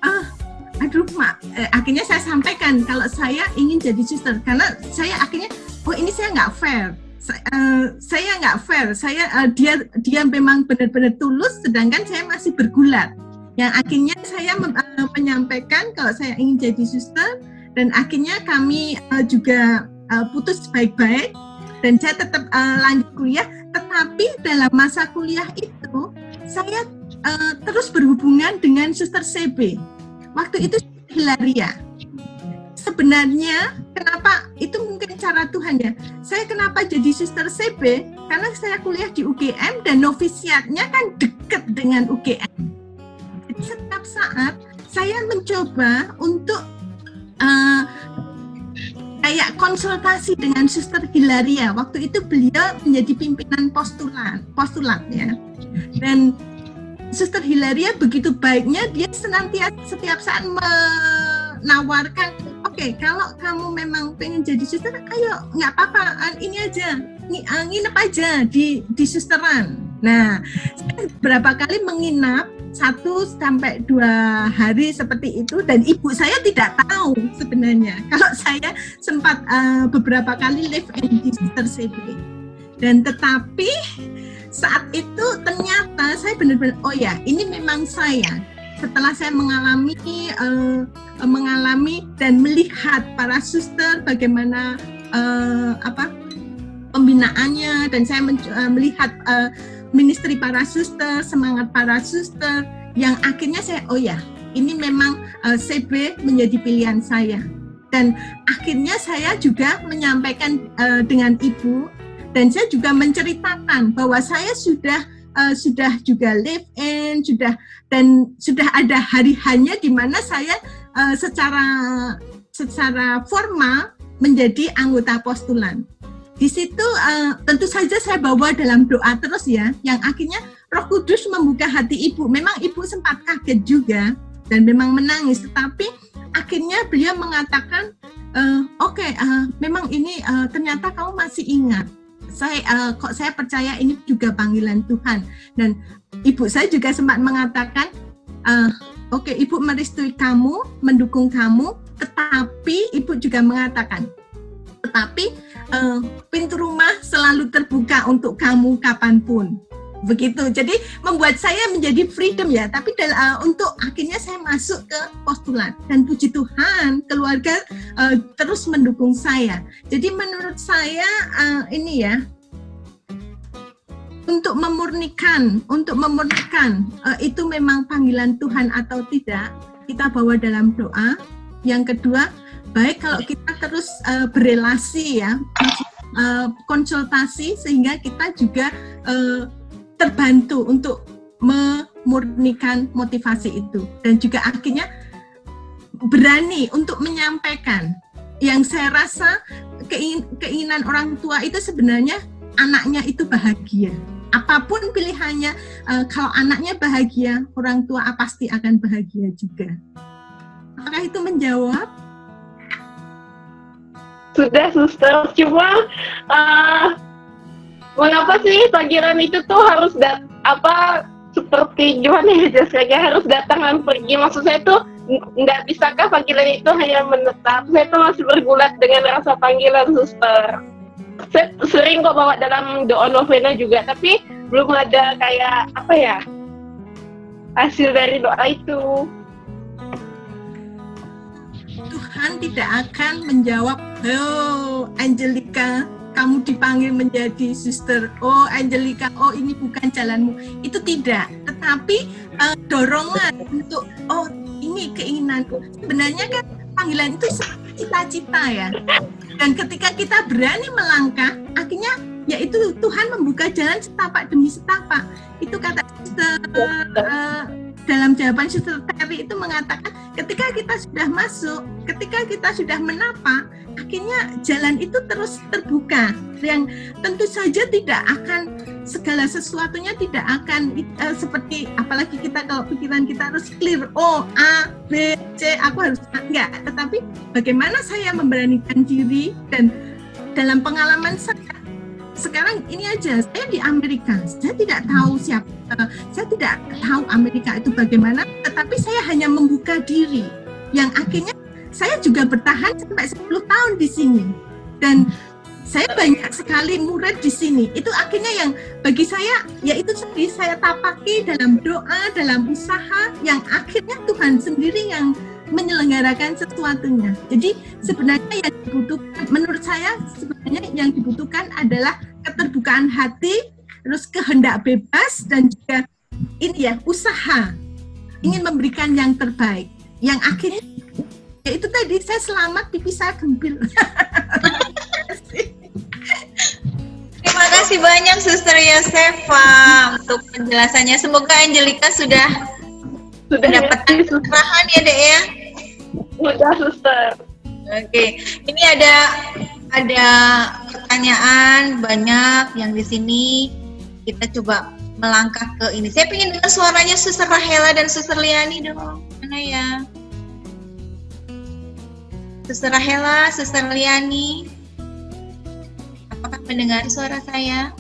akhirnya saya sampaikan kalau saya ingin jadi suster, karena saya akhirnya ini saya nggak fair. Saya nggak fair. Dia memang benar-benar tulus, sedangkan saya masih bergulat. Yang akhirnya saya menyampaikan kalau saya ingin jadi suster, dan akhirnya kami juga putus baik-baik, dan saya tetap lanjut kuliah. Tetapi dalam masa kuliah itu saya terus berhubungan dengan Suster CB. Waktu itu Hilaria. Sebenarnya kenapa itu mungkin cara Tuhan ya. Saya kenapa jadi Suster CB? Karena saya kuliah di UGM dan novisiatnya kan dekat dengan UGM. Jadi setiap saat saya mencoba untuk kayak konsultasi dengan Suster Hilaria. Waktu itu beliau menjadi pimpinan postulat ya. Dan Suster Hilaria begitu baiknya, dia senantiasa setiap saat menawarkan, oke, kalau kamu memang pengen jadi suster, ayo, nggak apa-apa, ini aja, nginep aja di susteran. Nah, saya beberapa kali menginap 1 sampai 2 hari seperti itu, dan ibu saya tidak tahu sebenarnya kalau saya sempat beberapa kali live in di Suster CB. Dan tetapi saat itu ternyata saya benar-benar, oh ya, ini memang saya. Setelah saya mengalami dan melihat para suster bagaimana pembinaannya, dan saya melihat ministry para suster, semangat para suster, yang akhirnya saya, oh ya, ini memang CB menjadi pilihan saya. Dan akhirnya saya juga menyampaikan dengan ibu, dan saya juga menceritakan bahwa saya sudah juga live in, sudah ada hari-harinya di mana saya secara formal menjadi anggota postulan. di situ tentu saja saya bawa dalam doa terus ya, yang akhirnya Roh Kudus membuka hati ibu. Memang ibu sempat kaget juga dan memang menangis, tetapi akhirnya beliau mengatakan, memang ini ternyata kamu masih ingat. Saya percaya ini juga panggilan Tuhan. Dan ibu saya juga sempat mengatakan, ibu merestui kamu, mendukung kamu, tetapi ibu juga mengatakan, pintu rumah selalu terbuka untuk kamu kapanpun. Begitu, jadi membuat saya menjadi freedom ya. Tapi untuk akhirnya saya masuk ke postulat, dan puji Tuhan keluarga terus mendukung saya. Jadi menurut saya ini ya, untuk memurnikan itu memang panggilan Tuhan atau tidak, kita bawa dalam doa. Yang kedua, baik kalau kita terus berelasi ya, konsultasi, sehingga kita juga terbantu untuk memurnikan motivasi itu, dan juga akhirnya berani untuk menyampaikan. Yang saya rasa keinginan orang tua itu sebenarnya anaknya itu bahagia. Apapun pilihannya, kalau anaknya bahagia, orang tua pasti akan bahagia juga. Apakah itu menjawab? Sudah, suster. Cuma mengapa sih panggilan itu tuh harus seperti gimana ya jasanya, harus datang dan pergi? Maksud saya tuh nggak bisakah panggilan itu hanya menetap? Saya tuh masih bergulat dengan rasa panggilan, suster. Saya sering kok bawa dalam doa novena juga, tapi belum ada kayak hasil dari doa itu. Tuhan tidak akan menjawab, Angelica, kamu dipanggil menjadi suster. Oh Angelica, ini bukan jalanmu. Itu tidak. Tetapi dorongan untuk, ini keinginanku. Sebenarnya kan panggilan itu cita-cita ya. Dan ketika kita berani melangkah, akhirnya yaitu Tuhan membuka jalan setapak demi setapak. Itu kata dalam jawaban Suster Terry itu mengatakan, ketika kita sudah masuk, ketika kita sudah menapa, akhirnya jalan itu terus terbuka. Yang tentu saja tidak akan, segala sesuatunya tidak akan seperti, apalagi kita kalau pikiran kita harus clear, A, B, C, aku harus enggak. Tetapi bagaimana saya memberanikan diri, dan dalam pengalaman saya, sekarang ini aja, saya di Amerika, saya tidak tahu saya tidak tahu Amerika itu bagaimana, tetapi saya hanya membuka diri, yang akhirnya saya juga bertahan sampai 10 tahun di sini, dan saya banyak sekali murid di sini. Itu akhirnya yang bagi saya, yaitu sendiri saya tapaki dalam doa, dalam usaha, yang akhirnya Tuhan sendiri yang menyelenggarakan sesuatunya. Jadi sebenarnya yang dibutuhkan, menurut saya sebenarnya yang dibutuhkan adalah keterbukaan hati, terus kehendak bebas, dan juga ini ya, usaha ingin memberikan yang terbaik. Yang akhirnya ya itu tadi, saya selamat, pipi saya gempil. Terima kasih banyak Suster Yosefa untuk penjelasannya. Semoga Angelica sudah mendapatkan pencerahan ya Dek ya. Sudah, Suster. Oke, ini ada pertanyaan banyak yang di sini. Kita coba melangkah ke ini. Saya ingin dengar suaranya Suster Rahela dan Suster Liani dong. Mana ya? Suster Rahela, Suster Liani, apakah mendengar suara saya?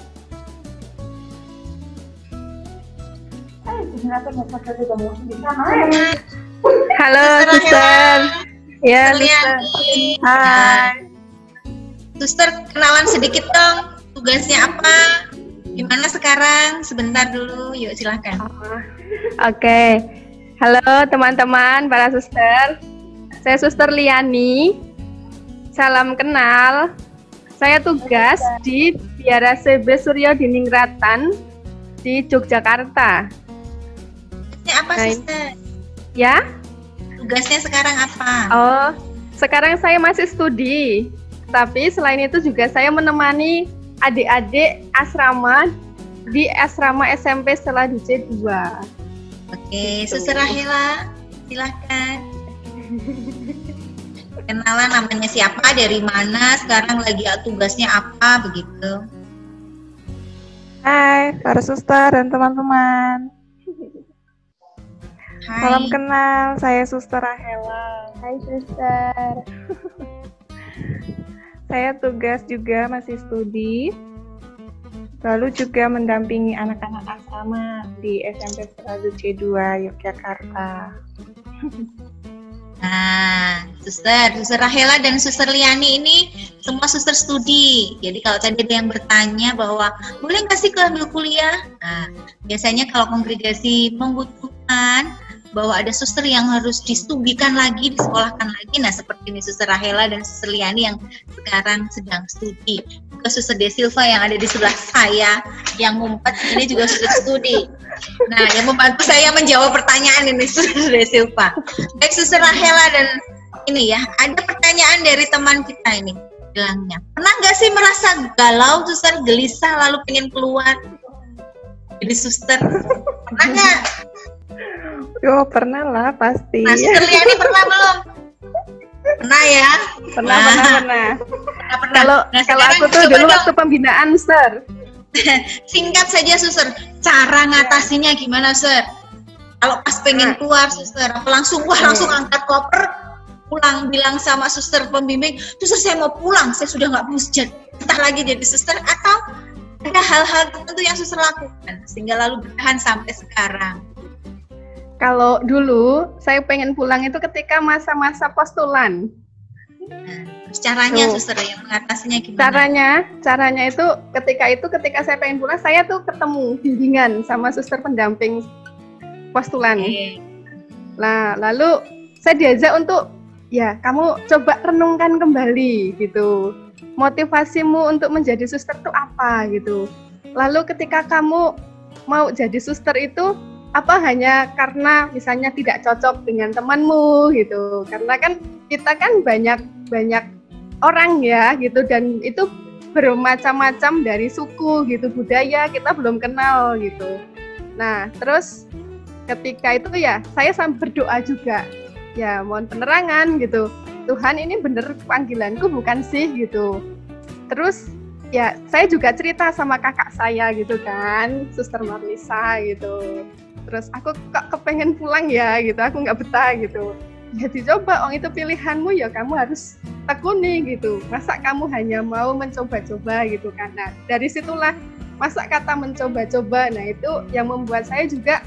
Halo, Suster. Ya, Suster. Hai. Suster, kenalan sedikit dong. Tugasnya apa? Gimana sekarang? Sebentar dulu, yuk silahkan. Oke. Halo teman-teman, para suster. Saya Suster Liani. Salam kenal. Saya tugas di Biara CB Suryo Diningratan di Yogyakarta. Tugasnya apa, Suster? Ya? Tugasnya sekarang apa? Oh, sekarang saya masih studi. Tapi selain itu juga saya menemani adik-adik asrama di asrama SMP Stella DC 2. Oke, Suster Rahela, silakan. kenalan namanya siapa, dari mana, sekarang lagi tugasnya apa, begitu. Hai, para suster dan teman-teman. Hai. Salam kenal, saya Suster Rahela. Hai suster. Saya tugas juga masih studi, lalu juga mendampingi anak-anak asrama di SMP Serazu C2 Yogyakarta. Nah, Suster Rahela dan Suster Liani ini semua suster studi. Jadi kalau tadi ada yang bertanya bahwa boleh nggak sih ambil kuliah? Nah, biasanya kalau kongregasi membutuhkan bahwa ada suster yang harus distudikan lagi, disekolahkan lagi. Nah, seperti ini Suster Rahela dan Suster Liani yang sekarang sedang studi. Juga Suster De Silva yang ada di sebelah saya, yang ngumpet ini juga sudah studi. Nah, yang membantu saya menjawab pertanyaan ini Suster De Silva. Baik Suster Rahela dan ini ya, ada pertanyaan dari teman kita ini. Bilangnya, pernah nggak sih merasa galau, Suster, gelisah, lalu pengen keluar jadi suster? Pernah nggak? Yo, pernah lah pasti. Nah, Suster Liani pernah belum? Pernah ya? Pernah. Kalau aku tuh dulu waktu pembinaan, Suster. Singkat saja, Suster. Cara ngatasinya gimana, Suster? Kalau pas pengen keluar, Suster, langsung angkat koper, pulang bilang sama Suster pembimbing, Suster saya mau pulang, saya sudah nggak mau bentar lagi jadi suster, atau ada hal-hal tertentu yang Suster lakukan sehingga lalu bertahan sampai sekarang? Kalau dulu saya pengen pulang itu ketika masa-masa postulan. Terus caranya Suster yang mengatasinya gimana? Caranya itu ketika saya pengen pulang, saya tuh ketemu bimbingan sama suster pendamping postulan. Nah, lalu saya diajak untuk ya kamu coba renungkan kembali gitu. Motivasimu untuk menjadi suster itu apa gitu. Lalu ketika kamu mau jadi suster itu apa hanya karena misalnya tidak cocok dengan temanmu gitu, karena kan kita kan banyak orang ya gitu, dan itu bermacam-macam dari suku gitu, budaya kita belum kenal gitu. Nah terus ketika itu ya saya sambil berdoa juga, ya mohon penerangan gitu, Tuhan ini bener panggilanku bukan sih gitu. Terus ya saya juga cerita sama kakak saya gitu kan, Suster Marlisa gitu. Terus aku kok kepengen pulang ya gitu, aku nggak betah gitu. Ya dicoba, itu pilihanmu ya kamu harus tekuni gitu. Masa kamu hanya mau mencoba-coba gitu kan. Nah dari situlah masa kata mencoba-coba, nah itu yang membuat saya juga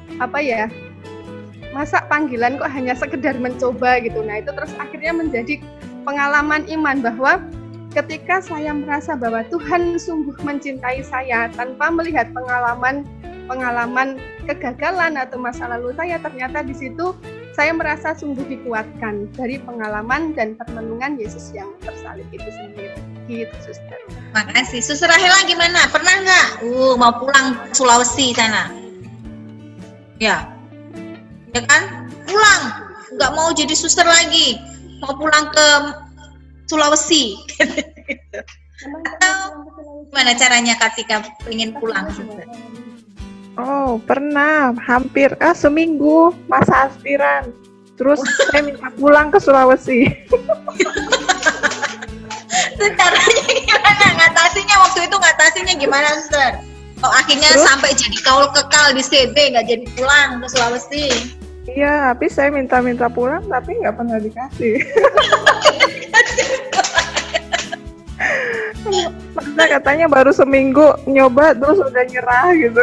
masa panggilan kok hanya sekedar mencoba gitu. Nah itu terus akhirnya menjadi pengalaman iman bahwa ketika saya merasa bahwa Tuhan sungguh mencintai saya tanpa melihat pengalaman kegagalan atau masa lalu saya, ternyata di situ saya merasa sungguh dikuatkan dari pengalaman dan permenungan Yesus yang tersalib itu sendiri. Gitu, Suster. Makasih. Suster Rahela gimana? Pernah nggak mau pulang ke Sulawesi sana? Ya kan? Pulang, nggak mau jadi suster lagi, mau pulang ke Sulawesi. Atau gimana caranya ketika ingin pulang, Suster? Oh, pernah. Hampir seminggu masa aspiran. Terus saya minta pulang ke Sulawesi. Caranya gimana? Ngatasinnya gimana, Suster? Oh, akhirnya sampai jadi kaul kekal di CB, nggak jadi pulang ke Sulawesi. Iya, tapi saya minta pulang, tapi nggak pernah dikasih. Katanya baru seminggu nyoba terus udah nyerah gitu.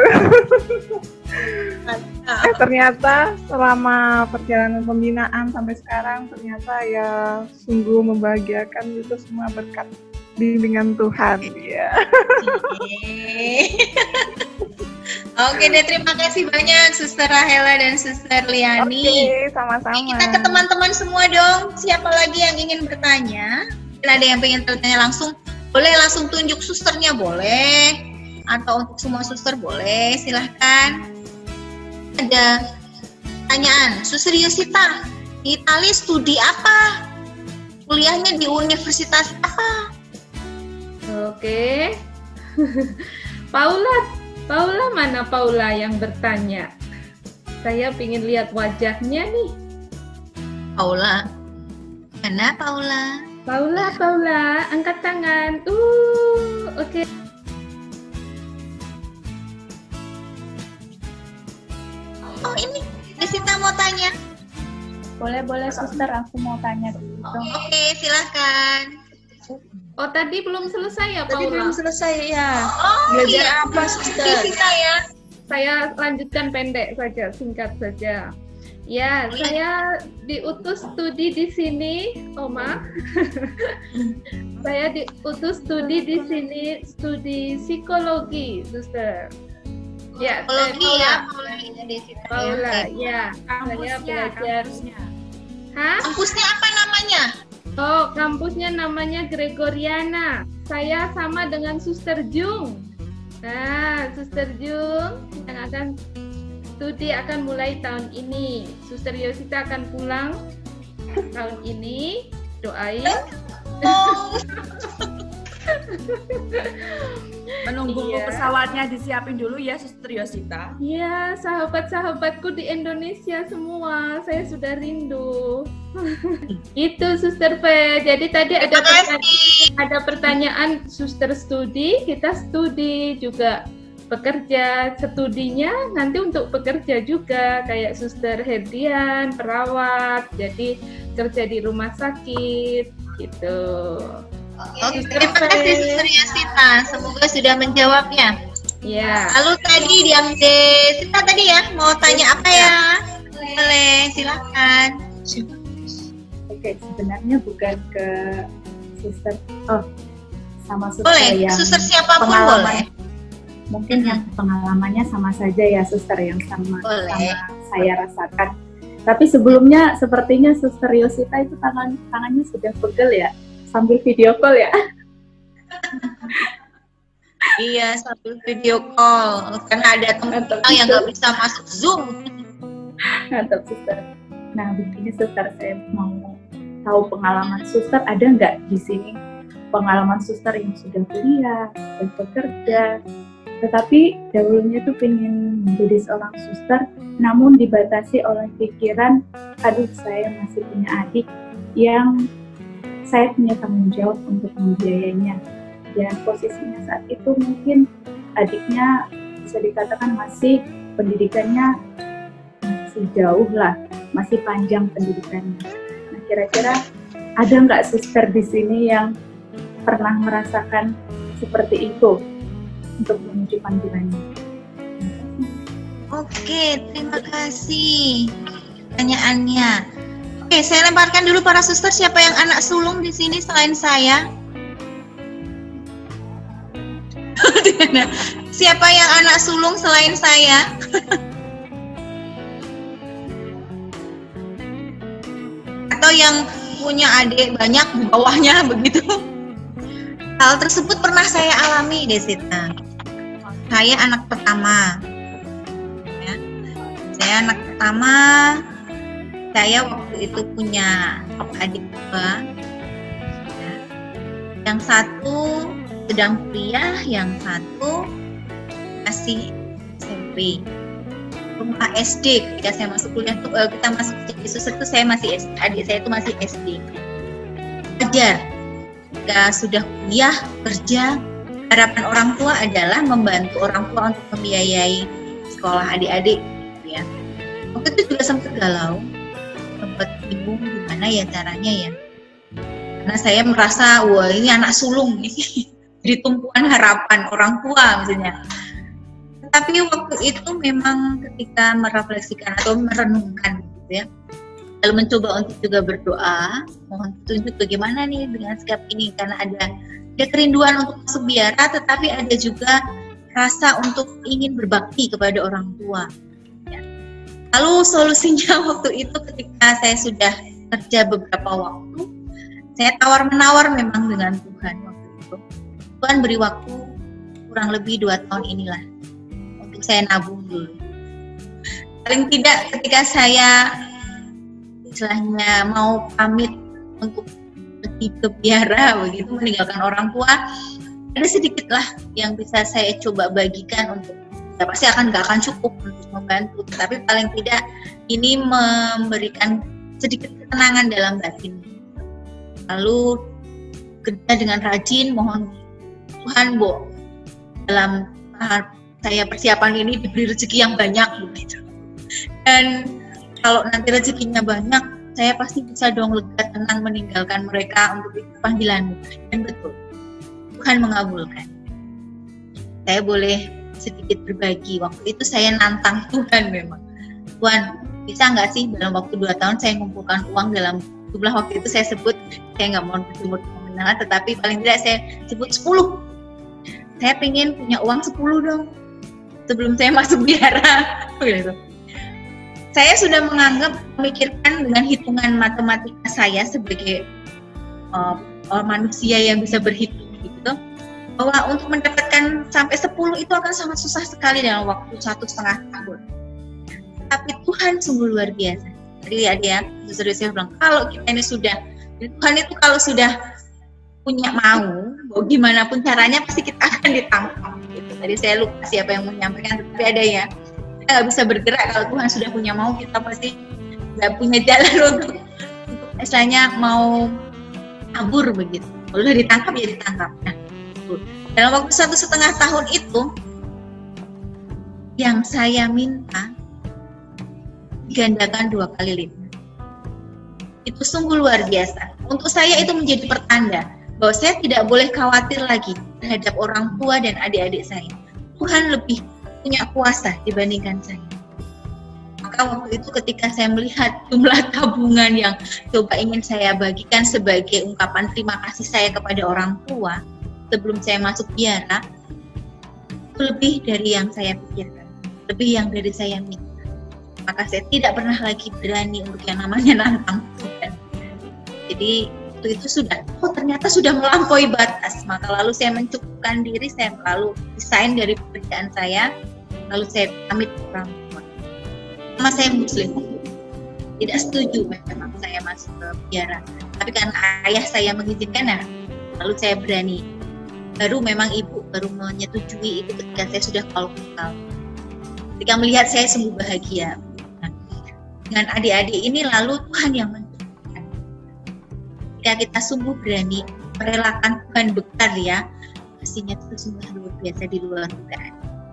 Ternyata selama perjalanan pembinaan sampai sekarang ternyata ya sungguh membahagiakan, itu semua berkat bimbingan Tuhan ya. Oke deh, terima kasih banyak Suster Rahela dan Suster Liani. Oke, sama-sama. Kita ke teman-teman semua dong. Siapa lagi yang ingin bertanya? Mungkin ada yang pengen bertanya langsung, boleh langsung tunjuk susternya, boleh. Atau untuk semua suster boleh, silahkan. Ada pertanyaan, Suster Yosita, di Itali studi apa? Kuliahnya di universitas apa? Oke. Paula mana Paula yang bertanya? Saya ingin lihat wajahnya nih. Paula. Mana Paula? Paula, angkat tangan. Oke. Oh ini, Desita mau tanya. Boleh suster, aku mau tanya dulu. Oke, silakan. Oh tadi belum selesai ya Paula? Tadi belum selesai ya. Belajar apa suster? Desita ya. Saya lanjutkan pendek saja, singkat saja. Ya, saya diutus studi di sini, Oma. Saya diutus studi di sini, studi psikologi, suster. Ya, psikologi Paula, ya. Saya belajar. Hah? Kampusnya apa namanya? Oh, kampusnya namanya Gregoriana. Saya sama dengan Suster Jung. Nah, Suster Jung yang akan studi akan mulai tahun ini. Suster Yosita akan pulang tahun ini. Doain. Menunggu pesawatnya disiapin dulu ya Suster Yosita. Iya, sahabat-sahabatku di Indonesia semua, saya sudah rindu. Itu Suster P. Jadi tadi ada pertanyaan Suster studi, kita studi juga bekerja, studinya nanti untuk bekerja juga kayak Suster Herdian, perawat, jadi kerja di rumah sakit gitu. Oke, terima kasih Suster Yosita, semoga sudah menjawabnya. Ya. Lalu tadi yang Desita tadi ya, mau tanya apa ya? Boleh, silakan. Oke, sebenarnya bukan ke suster, sama suster boleh, yang suster siapapun boleh. Mungkin yang pengalamannya sama saja ya suster, yang sama saya rasakan. Tapi sebelumnya sepertinya Suster Yosita itu tangannya sudah pegel ya, sambil video call ya. Iya, sambil video call karena ada teman yang nggak bisa masuk Zoom. Mantap suster. Nah begini suster, saya mau tahu pengalaman suster, ada nggak di sini pengalaman suster yang sudah kuliah dan bekerja, tetapi dahulunya tuh pengen menjadi seorang suster, namun dibatasi oleh pikiran, aduh saya masih punya adik yang saya punya tanggung jawab untuk membiayainya. Dan posisinya saat itu mungkin adiknya bisa dikatakan masih pendidikannya masih jauh lah, masih panjang pendidikannya. Nah kira-kira ada nggak suster di sini yang pernah merasakan seperti itu untuk menuju panggilannya? Oke, terima kasih pertanyaannya. Oke, saya lemparkan dulu para suster, siapa yang anak sulung di sini selain saya? Siapa yang anak sulung selain saya? Atau yang punya adik banyak di bawahnya begitu? Hal tersebut pernah saya alami, Desita. Saya anak pertama. Ya. Saya anak pertama. Saya waktu itu punya adik dua. Ya. Yang satu sedang kuliah, yang satu masih SMP. Rumah SD ketika saya masuk kuliah tuh, kita masuk jadi suster itu saya masih SD, adik saya itu masih SD. Wajar. Jika sudah kuliah, kerja, harapan orang tua adalah membantu orang tua untuk membiayai sekolah adik-adik, ya. Waktu itu juga sempat galau, sempat bingung gimana ya caranya ya. Karena saya merasa, wah ini anak sulung ini, jadi tumpuan harapan orang tua misalnya. Tapi waktu itu memang ketika merefleksikan atau merenungkan, gitu ya, lalu mencoba untuk juga berdoa, mohon petunjuk bagaimana nih dengan sikap ini, karena ada kerinduan untuk masuk biara, tetapi ada juga rasa untuk ingin berbakti kepada orang tua. Ya. Lalu solusinya waktu itu ketika saya sudah kerja beberapa waktu, saya tawar-menawar memang dengan Tuhan waktu itu. Tuhan beri waktu kurang lebih 2 tahun inilah untuk saya nabung dulu. Paling tidak ketika saya istilahnya mau pamit untuk pergi ke biara begitu, meninggalkan orang tua, ada sedikit lah yang bisa saya coba bagikan untuk, ya pasti gak akan cukup untuk membantu, tapi paling tidak ini memberikan sedikit ketenangan dalam batin. lalu kerja dengan rajin, mohon Tuhan dalam saya persiapan ini diberi rezeki yang banyak begitu. Dan kalau nanti rezekinya banyak, saya pasti bisa dong lega tenang meninggalkan mereka untuk ikut panggilanmu. Dan betul, Tuhan mengabulkan. Saya boleh sedikit berbagi. Waktu itu saya nantang Tuhan memang. Tuhan, bisa nggak sih dalam waktu 2 tahun saya mengumpulkan uang dalam jumlah waktu itu saya sebut, saya nggak mau berjumur nominal, tetapi paling tidak saya sebut 10. Saya pengen punya uang 10 dong sebelum saya masuk biara. Gitu. Saya sudah memikirkan dengan hitungan matematika saya sebagai manusia yang bisa berhitung gitu, bahwa untuk mendapatkan sampai 10 itu akan sangat susah sekali dalam waktu 1,5 tahun. Tapi Tuhan sungguh luar biasa. Tadi ada Suster saya bilang, kalau kita ini sudah, Tuhan itu kalau sudah punya mau gimana pun caranya pasti kita akan ditangkap. Gitu. Tadi saya lupa siapa yang menyampaikan, tapi ada ya. Kita nggak bisa bergerak kalau Tuhan sudah punya mau, kita pasti nggak punya jalan untuk istilahnya mau kabur begitu. Kalau udah ditangkap ya ditangkap. Nah, dalam waktu 1,5 tahun itu, yang saya minta digandakan 2 kali lipat. Itu sungguh luar biasa. Untuk saya itu menjadi pertanda bahwa saya tidak boleh khawatir lagi terhadap orang tua dan adik-adik saya. Tuhan lebih punya kuasa dibandingkan saya. Maka waktu itu ketika saya melihat jumlah tabungan yang coba ingin saya bagikan sebagai ungkapan terima kasih saya kepada orang tua sebelum saya masuk biara, itu lebih dari yang saya pikirkan, lebih yang dari saya minta. Maka saya tidak pernah lagi berani untuk yang namanya nantang Tuhan. Jadi itu sudah, ternyata sudah melampaui batas. Maka lalu saya mencukupkan diri, saya lalu resign dari pekerjaan saya, lalu saya pamit ke orang tua. Sama saya Muslim, tidak setuju memang saya masuk ke biara. Tapi karena ayah saya mengizinkan, nah, lalu saya berani. Baru memang ibu baru menyetujui itu ketika saya sudah qualified. Ketika melihat saya sungguh bahagia. Dengan adik-adik ini lalu Tuhan yang mencukupkan. Ketika kita sungguh berani merelakan Tuhan bekerja, pastinya itu sungguh luar biasa di luar dugaan.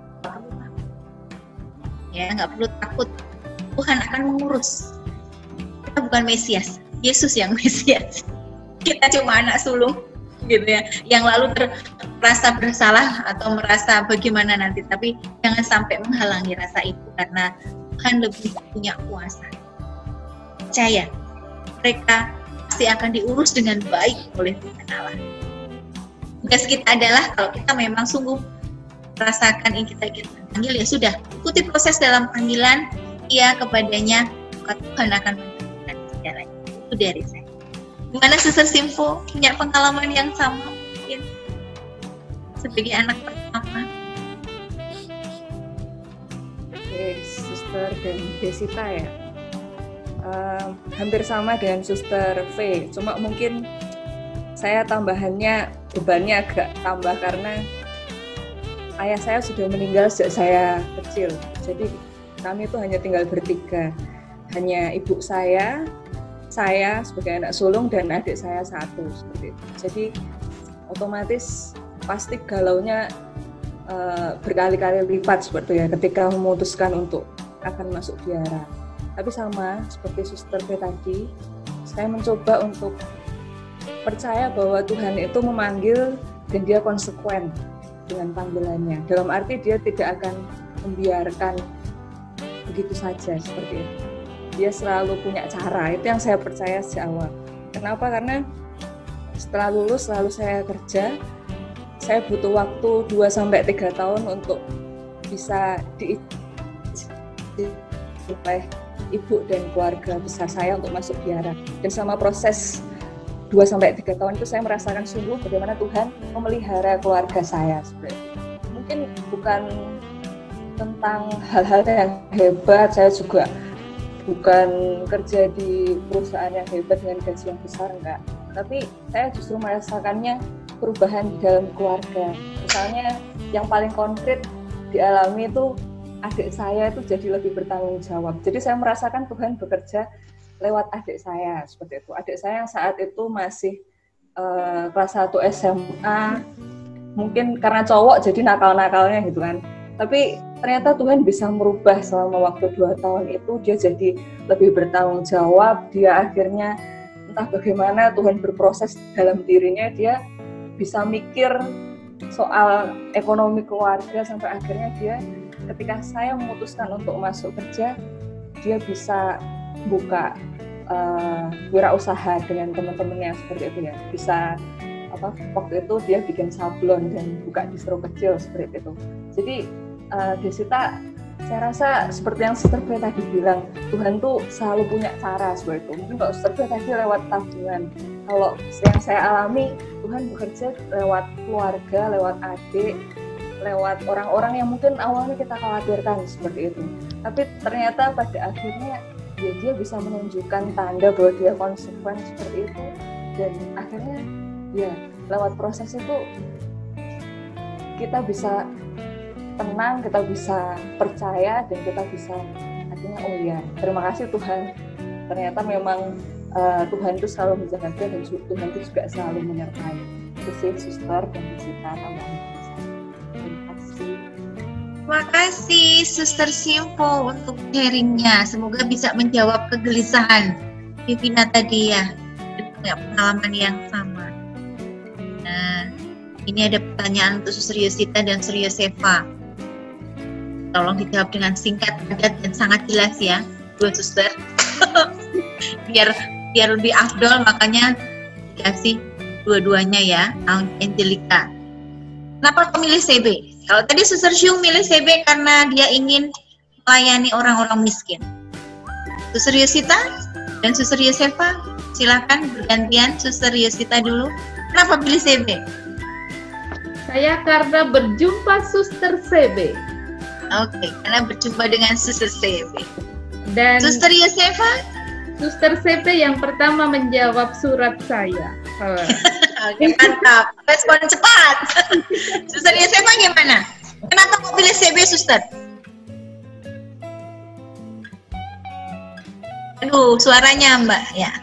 Ya, nggak perlu takut. Tuhan akan mengurus. Kita bukan Mesias, Yesus yang Mesias. Kita cuma anak sulung, gitu ya, yang lalu merasa bersalah atau merasa bagaimana nanti. Tapi jangan sampai menghalangi rasa itu karena Tuhan lebih punya kuasa. Percaya, mereka pasti akan diurus dengan baik oleh Tuhan Allah. Tugas kita adalah kalau kita memang sungguh merasakan yang kita panggil, ya sudah, ikuti proses dalam panggilan, ia kepadanya, maka Tuhan akan menentukan segalanya. Itu dari saya. Gimana Suster Simpo, punya pengalaman yang sama mungkin sebagai anak pertama? Oke, Suster dan Desita ya, hampir sama dengan Suster V, cuma mungkin saya tambahannya bebannya agak tambah karena ayah saya sudah meninggal sejak saya kecil. Jadi kami itu hanya tinggal bertiga, hanya ibu saya sebagai anak sulung dan adik saya 1 seperti itu. Jadi otomatis pasti galaunya berkali-kali lipat seperti ya ketika memutuskan untuk akan masuk biara. Tapi sama seperti Suster P tadi, saya mencoba untuk percaya bahwa Tuhan itu memanggil dan dia konsekuen dengan panggilannya. Dalam arti dia tidak akan membiarkan begitu saja seperti itu. Dia selalu punya cara, itu yang saya percaya sejak awal. Kenapa? Karena setelah lulus lalu saya kerja, saya butuh waktu 2-3 tahun untuk bisa oleh ibu dan keluarga besar saya untuk masuk biara. Dan selama proses 2-3 tahun itu saya merasakan sungguh bagaimana Tuhan memelihara keluarga saya. Mungkin bukan tentang hal-hal yang hebat, saya juga bukan kerja di perusahaan yang hebat dengan gaji yang besar, enggak. Tapi saya justru merasakannya perubahan di dalam keluarga. Misalnya yang paling konkret dialami itu adik saya itu jadi lebih bertanggung jawab. Jadi saya merasakan Tuhan bekerja lewat adik saya seperti itu. Adik saya yang saat itu masih kelas 1 SMA, mungkin karena cowok jadi nakal-nakalnya gitu kan. Tapi ternyata Tuhan bisa merubah selama waktu 2 tahun itu, dia jadi lebih bertanggung jawab. Dia akhirnya entah bagaimana Tuhan berproses dalam dirinya, dia bisa mikir soal ekonomi keluarga sampai akhirnya dia ketika saya memutuskan untuk masuk kerja, dia bisa buka wirausaha dengan teman-temannya seperti itu ya. Bisa waktu itu dia bikin sablon dan buka distro kecil seperti itu. Jadi Desita, saya rasa seperti yang Sister P tadi bilang, Tuhan tuh selalu punya cara seperti itu. Mungkin kalau Sister P tadi lewat tabungan, kalau yang saya alami, Tuhan bekerja lewat keluarga, lewat adik, lewat orang-orang yang mungkin awalnya kita khawatirkan seperti itu. Tapi ternyata pada akhirnya ya dia bisa menunjukkan tanda bahwa dia konsekuen seperti itu, dan akhirnya ya lewat proses itu kita bisa tenang, kita bisa percaya, dan kita bisa akhirnya oh ya terima kasih Tuhan, ternyata memang Tuhan itu selalu menjaga dan Tuhan itu juga selalu menyertai. Itu sih Suster dan Desita tambahan. Terima kasih. Terima kasih Suster Simpo untuk sharingnya. Semoga bisa menjawab kegelisahan Vivina tadi ya, punya pengalaman yang sama. Nah, ini ada pertanyaan untuk Suster Yosita dan Suster Yosefa. Tolong dijawab dengan singkat, padat, dan sangat jelas ya, dua suster. biar lebih afdol, makanya dikasih dua-duanya ya, Angelica. Kenapa memilih CB? Kalau tadi Suster Syung milih CB karena dia ingin melayani orang-orang miskin. Suster Yosita dan Suster Yosefa, silakan bergantian. Suster Yosita dulu. Kenapa pilih CB? Saya karena berjumpa Suster CB. Oke, karena berjumpa dengan Suster CB. Dan Suster Yosefa? Suster CB yang pertama menjawab surat saya. Oke, mantap. Respon cepat. Suster Yosefa gimana? Kenapa kok pilih CB, Suster? Aduh, suaranya Mbak. Ya.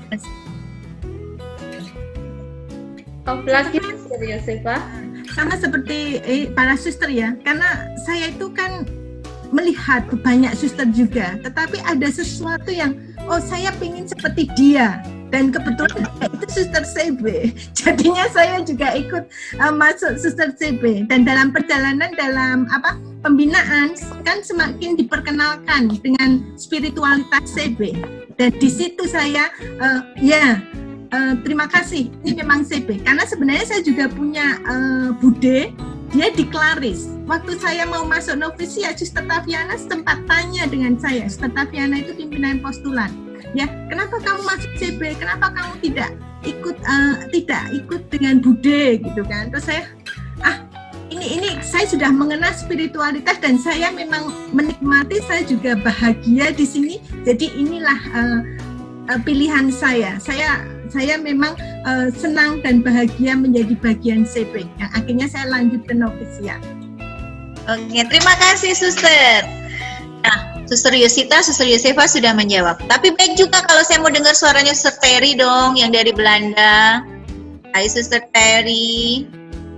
Lagi Suster Yosefa. Sama seperti para suster ya, karena saya itu kan melihat banyak suster juga, tetapi ada sesuatu yang saya pengen seperti dia, dan kebetulan itu Suster CB, jadinya saya juga ikut masuk Suster CB, dan dalam perjalanan dalam pembinaan kan semakin diperkenalkan dengan spiritualitas CB, dan di situ saya terima kasih, ini memang CB, karena sebenarnya saya juga punya bude, dia di Klaris. Waktu saya mau masuk novisiat, Suster Taviana sempat tanya dengan saya, Suster Taviana itu pimpinan postulan, ya kenapa kamu masuk CB, kenapa kamu tidak ikut dengan bude gitu kan. Terus saya ini saya sudah mengenal spiritualitas dan saya memang menikmati, saya juga bahagia di sini, jadi inilah pilihan saya memang senang dan bahagia menjadi bagian CB yang akhirnya saya lanjut ke novisiat. Oke, terima kasih Suster. Nah, Suster Yosita, Suster Yosefa sudah menjawab. Tapi baik juga kalau saya mau dengar suaranya Suster Terry dong, yang dari Belanda. Hai Suster Terry.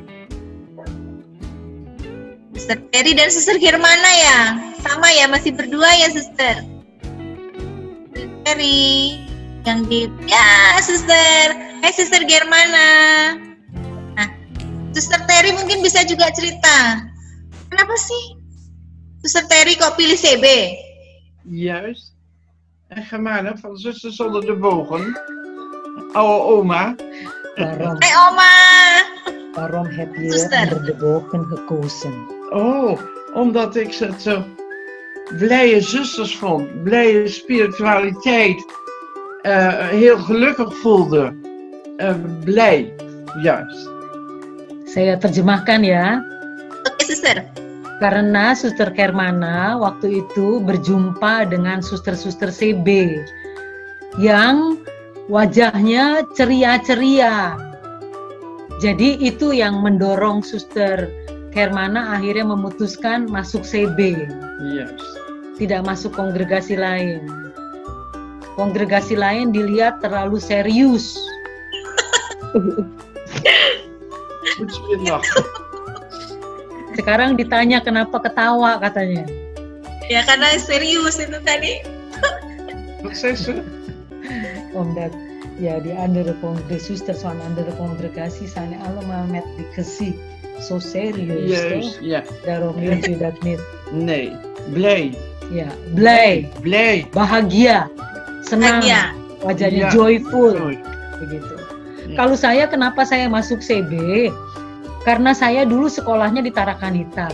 Suster Terry dan Suster Germana ya? Sama ya, masih berdua ya Suster? Suster Terry. Yang di Suster. Hai Suster Germana. Nah, Suster Terry mungkin bisa juga cerita. Kenapa sih Suster Terry kok pilih CB? Juist. En Germana van Zusters Zonder de Bogen. Oude oma. Waarom? Hai oma. Waarom heb je Suster Onder de Bogen gekozen? Oh, omdat ik het zo blije zusters vond. Blije spiritualiteit. Heel gelukkig voelde. Blij, juist. Saya terjemahkan ya. Oke, Suster. Karena Suster Germana waktu itu berjumpa dengan suster-suster CB yang wajahnya ceria-ceria. Jadi itu yang mendorong Suster Germana akhirnya memutuskan masuk CB. Yes. Tidak masuk kongregasi lain. Kongregasi lain dilihat terlalu serius. Sekarang ditanya kenapa ketawa katanya. Ya karena serius itu tadi. Omdat ja, die andere de zusters van andere congregaties zijn allemaal met die gezicht zo serieus. Juist, ja. Daarom leert u dat niet. Nee, blij. Ja, blij. Blij. Bahagia. Senang. Bahagia. Wajahnya Ya. joyful. Begitu. Kalau saya kenapa saya masuk CB? Karena saya dulu sekolahnya di Tarakanita.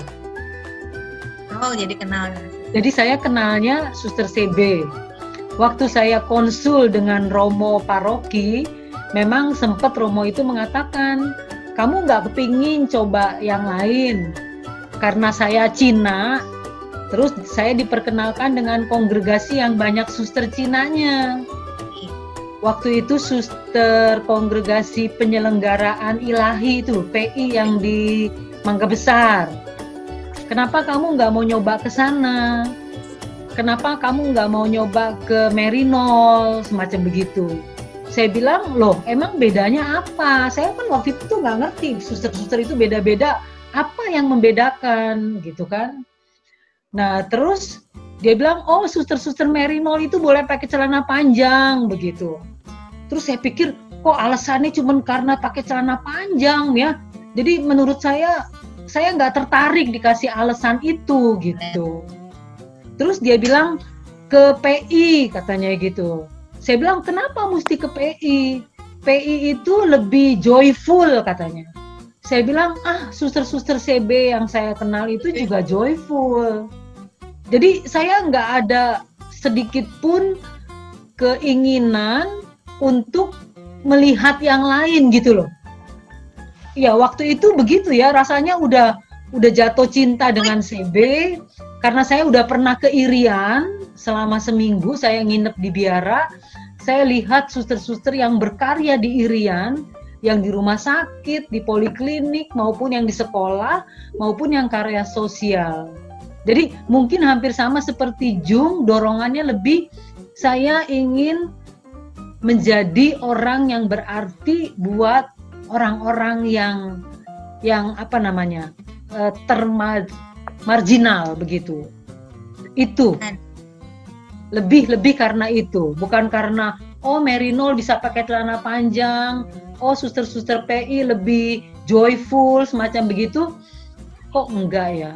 Oh, jadi kenal. Jadi saya kenalnya Suster CB. Waktu saya konsul dengan Romo paroki, memang sempat Romo itu mengatakan, kamu nggak kepingin coba yang lain. Karena saya Cina, terus saya diperkenalkan dengan kongregasi yang banyak suster Cinanya. Waktu itu suster kongregasi penyelenggaraan ilahi itu, PI yang di Mangga Besar. Kenapa kamu nggak mau nyoba ke sana? Kenapa kamu nggak mau nyoba ke Merinol, semacam begitu? Saya bilang, loh emang bedanya apa? Saya kan waktu itu tuh nggak ngerti, suster-suster itu beda-beda, apa yang membedakan gitu kan? Nah terus dia bilang, oh suster-suster Merinol itu boleh pakai celana panjang begitu. Terus saya pikir, kok alasannya cuma karena pakai celana panjang ya? Jadi menurut saya nggak tertarik dikasih alasan itu gitu. Terus dia bilang ke PI katanya gitu. Saya bilang kenapa mesti ke PI? PI itu lebih joyful katanya. Saya bilang suster-suster CB yang saya kenal itu juga joyful. Jadi saya nggak ada sedikit pun keinginan untuk melihat yang lain gitu loh. Ya waktu itu begitu ya, rasanya udah jatuh cinta dengan CB. Karena saya udah pernah ke Irian selama seminggu, saya nginep di Biara. Saya lihat suster-suster yang berkarya di Irian, yang di rumah sakit, di poliklinik, maupun yang di sekolah, maupun yang karya sosial. Jadi mungkin hampir sama seperti Jung, dorongannya lebih saya ingin menjadi orang yang berarti buat orang-orang yang apa namanya marginal begitu. Itu lebih karena itu, bukan karena oh Merinol bisa pakai celana panjang, oh suster-suster PI lebih joyful semacam begitu. Kok enggak ya?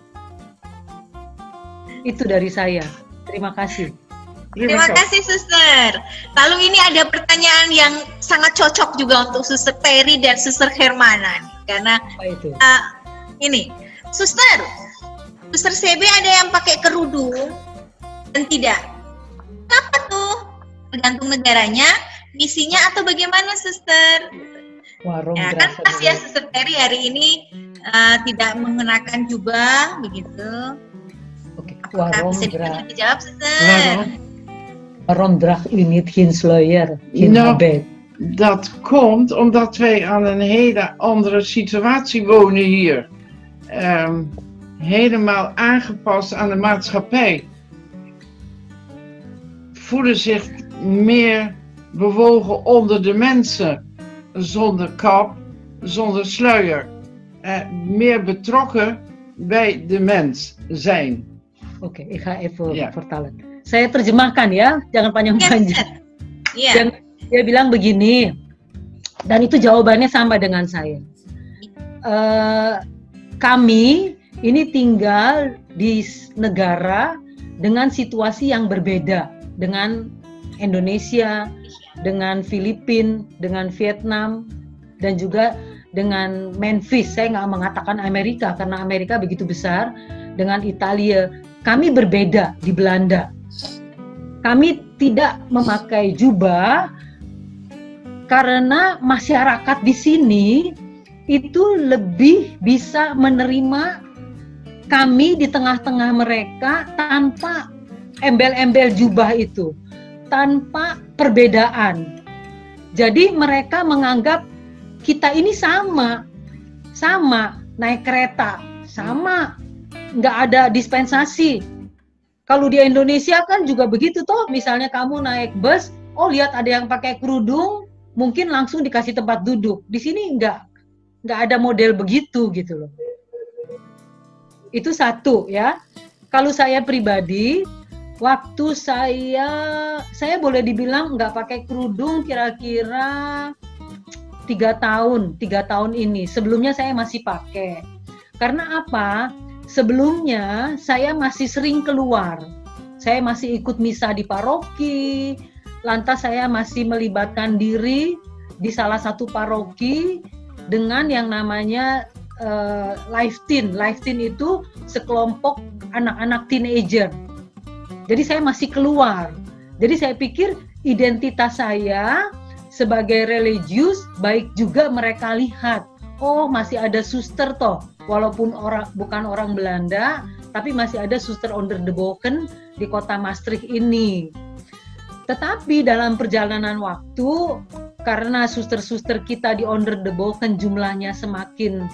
Itu dari saya. Terima kasih. Terima kasih Suster. Lalu ini ada pertanyaan yang sangat cocok juga untuk Suster Terry dan Suster Hermana. Karena ini, Suster CB ada yang pakai kerudung dan tidak. Kenapa tuh? Tergantung negaranya, misinya atau bagaimana Suster? Ya, kan pas ya Suster Terry hari ini tidak mengenakan jubah begitu. Apakah bisa dijawab Suster? Waarom draagt u niet geen sluier, geen Nou, dat komt omdat wij aan een hele andere situatie wonen hier. Helemaal aangepast aan de maatschappij. Voelen zich meer bewogen onder de mensen. Zonder kap, zonder sluier. Meer betrokken bij de mens zijn. Oke, ik ga even vertalen. Saya terjemahkan ya, jangan panjang-panjang. Dan dia bilang begini, dan itu jawabannya sama dengan saya. Kami ini tinggal di negara dengan situasi yang berbeda dengan Indonesia, dengan Filipina, dengan Vietnam, dan juga dengan Memphis. Saya nggak mengatakan Amerika karena Amerika begitu besar, dengan Italia. Kami berbeda di Belanda. Kami tidak memakai jubah karena masyarakat di sini itu lebih bisa menerima kami di tengah-tengah mereka tanpa embel-embel jubah itu, tanpa perbedaan. Jadi mereka menganggap kita ini sama naik kereta, sama, nggak ada dispensasi. Kalau di Indonesia kan juga begitu toh, misalnya kamu naik bus, oh lihat ada yang pakai kerudung, mungkin langsung dikasih tempat duduk. Di sini nggak ada model begitu gitu loh. Itu satu ya. Kalau saya pribadi, waktu saya boleh dibilang nggak pakai kerudung kira-kira 3 tahun ini. Sebelumnya saya masih pakai. Karena apa? Sebelumnya saya masih sering keluar. Saya masih ikut misa di paroki. Lantas saya masih melibatkan diri di salah satu paroki dengan yang namanya Life Teen. Life Teen itu sekelompok anak-anak teenager. Jadi saya masih keluar. Jadi saya pikir identitas saya sebagai religius baik juga mereka lihat. Oh, masih ada suster toh. Walaupun bukan orang Belanda, tapi masih ada suster onder de Boken di kota Maastricht ini. Tetapi dalam perjalanan waktu, karena suster-suster kita di onder de Boken jumlahnya semakin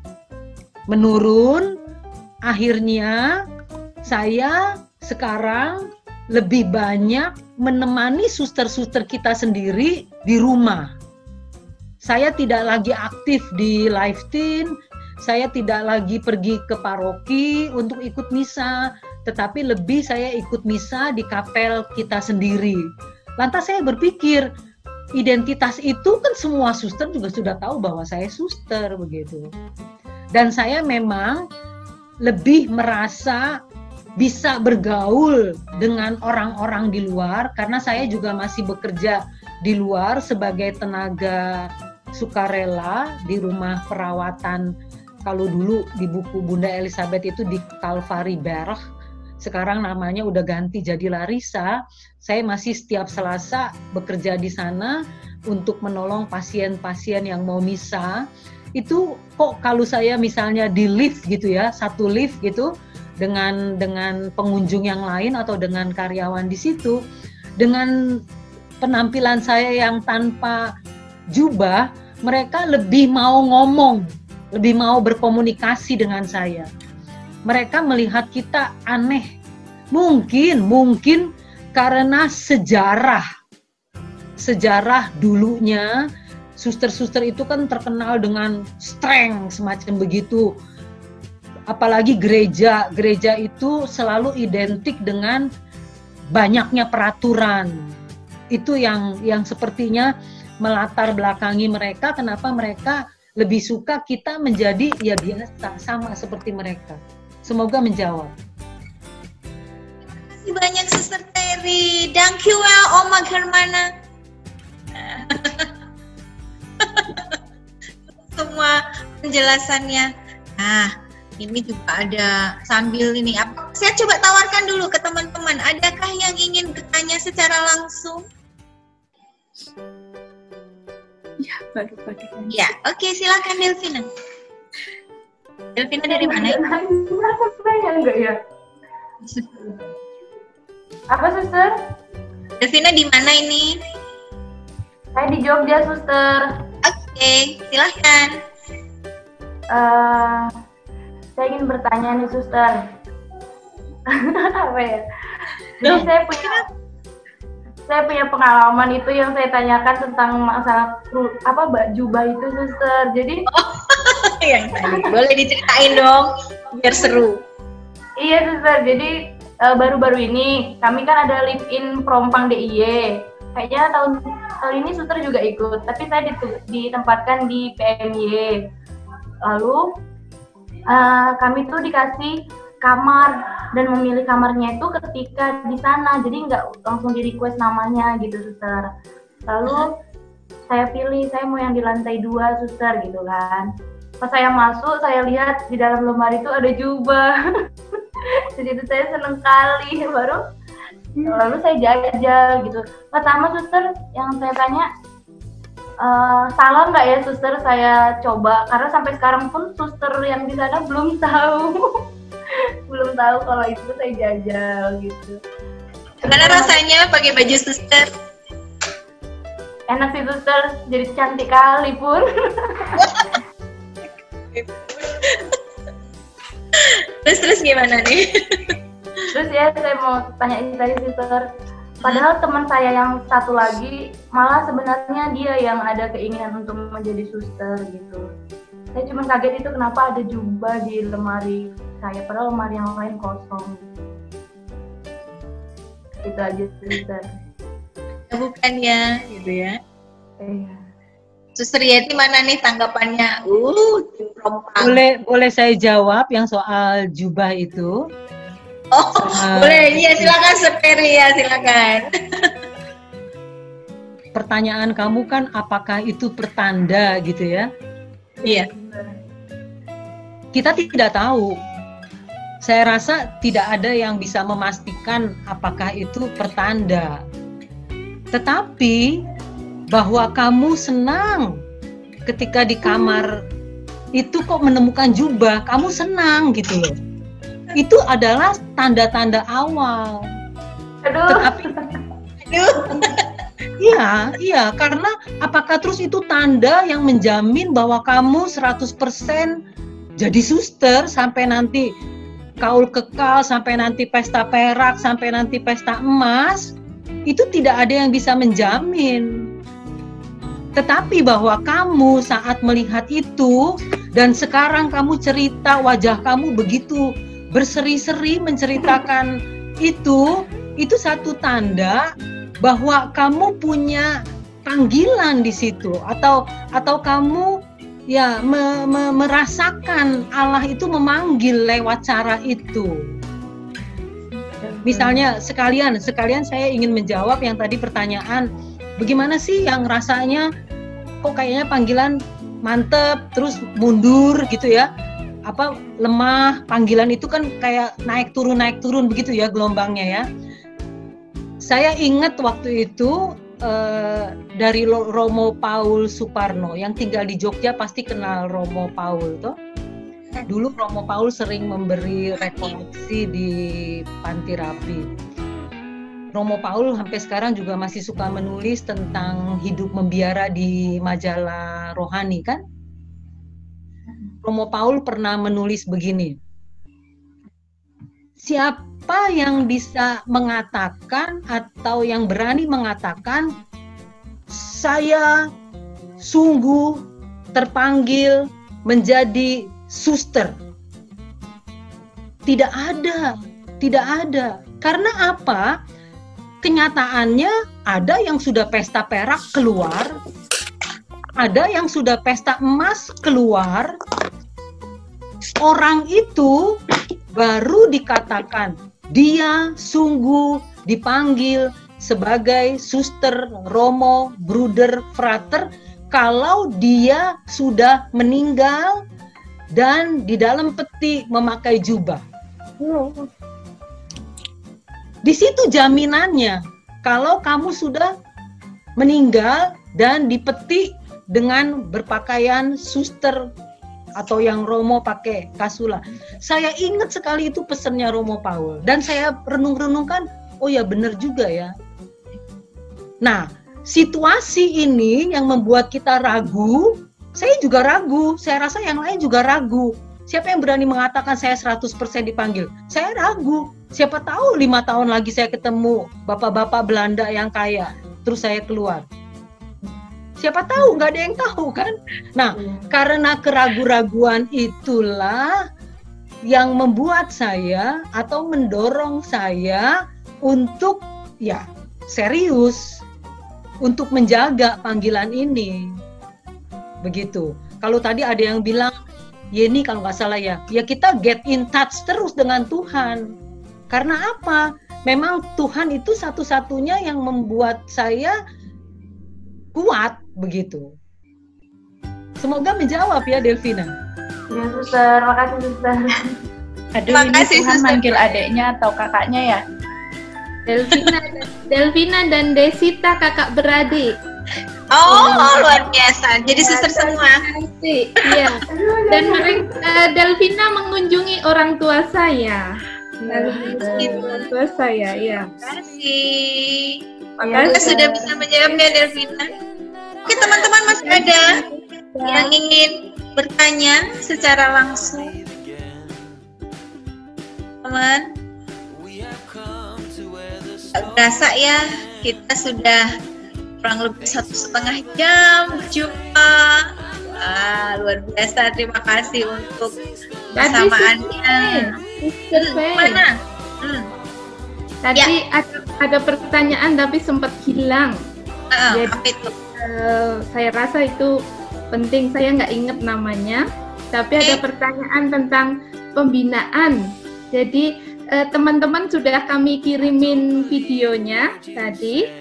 menurun, akhirnya saya sekarang lebih banyak menemani suster-suster kita sendiri di rumah. Saya tidak lagi aktif di Life Teen, saya tidak lagi pergi ke paroki untuk ikut misa, tetapi lebih saya ikut misa di kapel kita sendiri. Lantas saya berpikir, identitas itu kan semua suster juga sudah tahu bahwa saya suster begitu. Dan saya memang lebih merasa bisa bergaul dengan orang-orang di luar, karena saya juga masih bekerja di luar sebagai tenaga sukarela di rumah perawatan. Kalau dulu di buku Bunda Elizabeth itu di Calvary Berg, sekarang namanya udah ganti jadi Larissa. Saya masih setiap Selasa bekerja di sana untuk menolong pasien-pasien yang mau misa. Itu kok kalau saya misalnya di lift gitu ya, satu lift gitu dengan pengunjung yang lain atau dengan karyawan di situ, dengan penampilan saya yang tanpa jubah, mereka lebih mau ngomong, lebih mau berkomunikasi dengan saya. Mereka melihat kita aneh. Mungkin karena sejarah dulunya suster-suster itu kan terkenal dengan strength semacam begitu. Apalagi gereja itu selalu identik dengan banyaknya peraturan. Itu yang sepertinya melatar belakangi mereka, kenapa mereka lebih suka kita menjadi ya biasa, sama seperti mereka. Semoga menjawab. Terima kasih banyak Suster Terry. Dankjewel Oma Germana. Semua penjelasannya. Nah, ini juga ada sambil ini. Saya coba tawarkan dulu ke teman-teman. Adakah yang ingin bertanya secara langsung? Ya, baru pakai. Ya, oke, silakan Delvina. Delvina dari mana? Enggak ya? Apa Suster? Delvina di mana ini? Saya di Jogja Suster. Oke, silahkan. Saya ingin bertanya nih Suster. Apa ya? Jadi saya punya pengalaman itu yang saya tanyakan tentang masalah jubah itu Suster. Jadi yang tadi boleh diceritain dong biar seru. Iya Suster. Jadi baru-baru ini kami kan ada live in Prompang DIY. Kayaknya tahun ini Suster juga ikut, tapi saya ditempatkan di PMY. Lalu kami tuh dikasih kamar dan memilih kamarnya itu ketika di sana, jadi nggak langsung di request namanya gitu Suster. Lalu saya pilih, saya mau yang di lantai 2 Suster gitu kan. Pas saya masuk, saya lihat di dalam lemari itu ada jubah. Jadi itu saya seneng kali. Lalu saya jajal gitu. Pertama Suster yang saya tanya, salah nggak ya Suster saya coba, karena sampai sekarang pun Suster yang di sana belum tahu. Belum tahu kalau itu saya jajal gitu. Gimana rasanya pakai baju Suster? Enak sih Suster, jadi cantik kali pun. Terus gimana nih? Terus ya saya mau tanya ini tadi Sister, padahal teman saya yang satu lagi malah sebenarnya dia yang ada keinginan untuk menjadi suster gitu. Saya cuma kaget itu kenapa ada jubah di lemari saya, padahal lemari yang lain kosong. Itu aja Sister. Bukan ya, gitu ya. Iya. Suster Yeti mana nih tanggapannya? Boleh saya jawab yang soal jubah itu? Oh, boleh. Iya, silakan Seperi ya, silakan. Pertanyaan kamu kan apakah itu pertanda gitu ya? Iya. Kita tidak tahu. Saya rasa tidak ada yang bisa memastikan apakah itu pertanda. Tetapi bahwa kamu senang ketika di kamar itu kok menemukan jubah, kamu senang gitu loh. Itu adalah tanda-tanda awal. Tetapi iya, karena apakah terus itu tanda yang menjamin bahwa kamu 100% jadi suster sampai nanti kaul kekal, sampai nanti pesta perak, sampai nanti pesta emas? Itu tidak ada yang bisa menjamin. Tetapi bahwa kamu saat melihat itu dan sekarang kamu cerita wajah kamu begitu berseri-seri menceritakan itu satu tanda bahwa kamu punya panggilan di situ atau kamu ya merasakan Allah itu memanggil lewat cara itu. Misalnya sekalian saya ingin menjawab yang tadi pertanyaan, bagaimana sih yang rasanya kok kayaknya panggilan mantep terus mundur gitu ya, apa lemah, panggilan itu kan kayak naik turun begitu ya gelombangnya ya. Saya ingat waktu itu dari Romo Paul Suparno yang tinggal di Jogja pasti kenal Romo Paul toh. Dulu Romo Paul sering memberi rekoleksi di Panti Rapi. Romo Paul sampai sekarang juga masih suka menulis tentang hidup membiara di majalah rohani kan. Romo Paul pernah menulis begini, siapa yang bisa mengatakan atau yang berani mengatakan saya sungguh terpanggil menjadi suster? Tidak ada. Karena apa? Kenyataannya ada yang sudah pesta perak keluar, ada yang sudah pesta emas keluar. Orang itu baru dikatakan dia sungguh dipanggil sebagai suster, romo, bruder, frater kalau dia sudah meninggal dan di dalam peti memakai jubah. Di situ jaminannya kalau kamu sudah meninggal dan di peti dengan berpakaian suster atau yang romo pakai kasula. Saya ingat sekali itu pesannya Romo Paul dan saya renung-renungkan, oh ya benar juga ya. Nah, situasi ini yang membuat kita ragu, saya juga ragu, saya rasa yang lain juga ragu. Siapa yang berani mengatakan saya 100% dipanggil? Saya ragu. Siapa tahu 5 tahun lagi saya ketemu bapak-bapak Belanda yang kaya, terus saya keluar. Siapa tahu, nggak ada yang tahu kan? Nah, karena keraguan-raguan itulah yang membuat saya atau mendorong saya untuk ya serius untuk menjaga panggilan ini. Begitu. Kalau tadi ada yang bilang, ya ini kalau nggak salah ya kita get in touch terus dengan Tuhan. Karena apa? Memang Tuhan itu satu-satunya yang membuat saya kuat begitu. Semoga menjawab ya Delvina. Ya suster, makasih suster. Aduh, ini Tuhan manggil adiknya atau kakaknya ya? Delvina dan Desita kakak beradik. Oh, luar biasa. Jadi suster semua. Iya. Dan mereka Delvina mengunjungi orang tua saya. Orang tua saya, ya. Terima kasih. Makasih sudah bisa menjawabnya Delvina. Oke, teman-teman masih ada yang ingin bertanya secara langsung? Teman? Gak berasa ya, kita sudah kurang lebih 1,5 jam berjumpa. Wah, luar biasa. Terima kasih untuk bersamaannya. Mana? Tadi ada pertanyaan tapi sempat hilang. Jadi, saya rasa itu penting. Saya nggak ingat namanya, tapi ada pertanyaan tentang pembinaan. Jadi teman-teman sudah kami kirimin videonya tadi.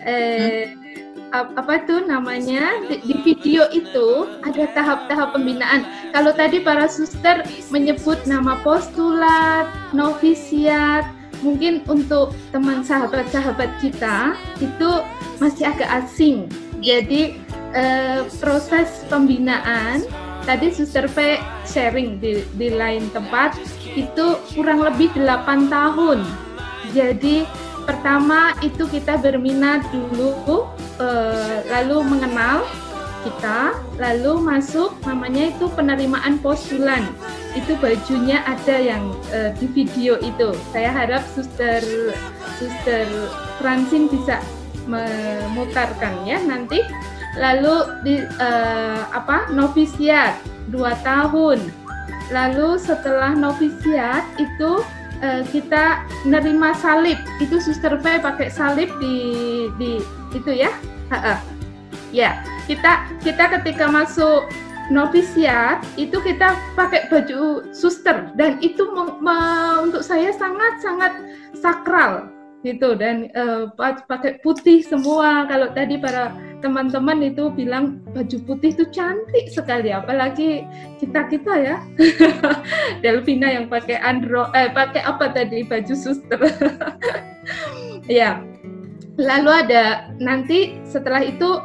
Apa tuh namanya? Di video itu ada tahap-tahap pembinaan. Kalau tadi para suster menyebut nama postulat, novisiat, mungkin untuk teman sahabat-sahabat kita itu masih agak asing. Jadi proses pembinaan tadi Suster P sharing di lain tempat itu kurang lebih 8 tahun. Jadi pertama itu kita berminat dulu, lalu mengenal kita, lalu masuk namanya itu penerimaan postulan. Itu bajunya ada yang di video itu. Saya harap Suster Francine bisa memutarkan ya nanti. Lalu di novisiat 2 tahun. Lalu setelah novisiat itu kita nerima salib. Itu Suster P pakai salib di itu ya. Ya, kita ketika masuk novisiat itu kita pakai baju suster dan itu untuk saya sangat sakral gitu, dan pakai putih semua. Kalau tadi para teman-teman itu bilang baju putih itu cantik sekali, apalagi kita ya. Delvina yang pakai pakai apa tadi, baju suster. Ya. Lalu ada nanti setelah itu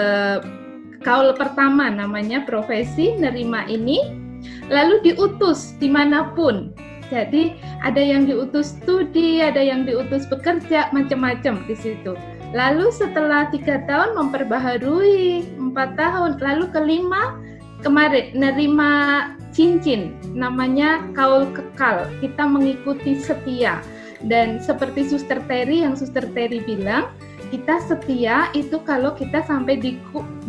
kaul pertama namanya profesi nerima ini, lalu diutus dimanapun. Jadi ada yang diutus studi, ada yang diutus bekerja, macam-macam di situ. Lalu setelah 3 tahun memperbaharui, 4 tahun, lalu kelima kemarin nerima cincin, namanya kaul kekal. Kita mengikuti setia. Dan seperti Suster Terry yang Suster Terry bilang, kita setia itu kalau kita sampai di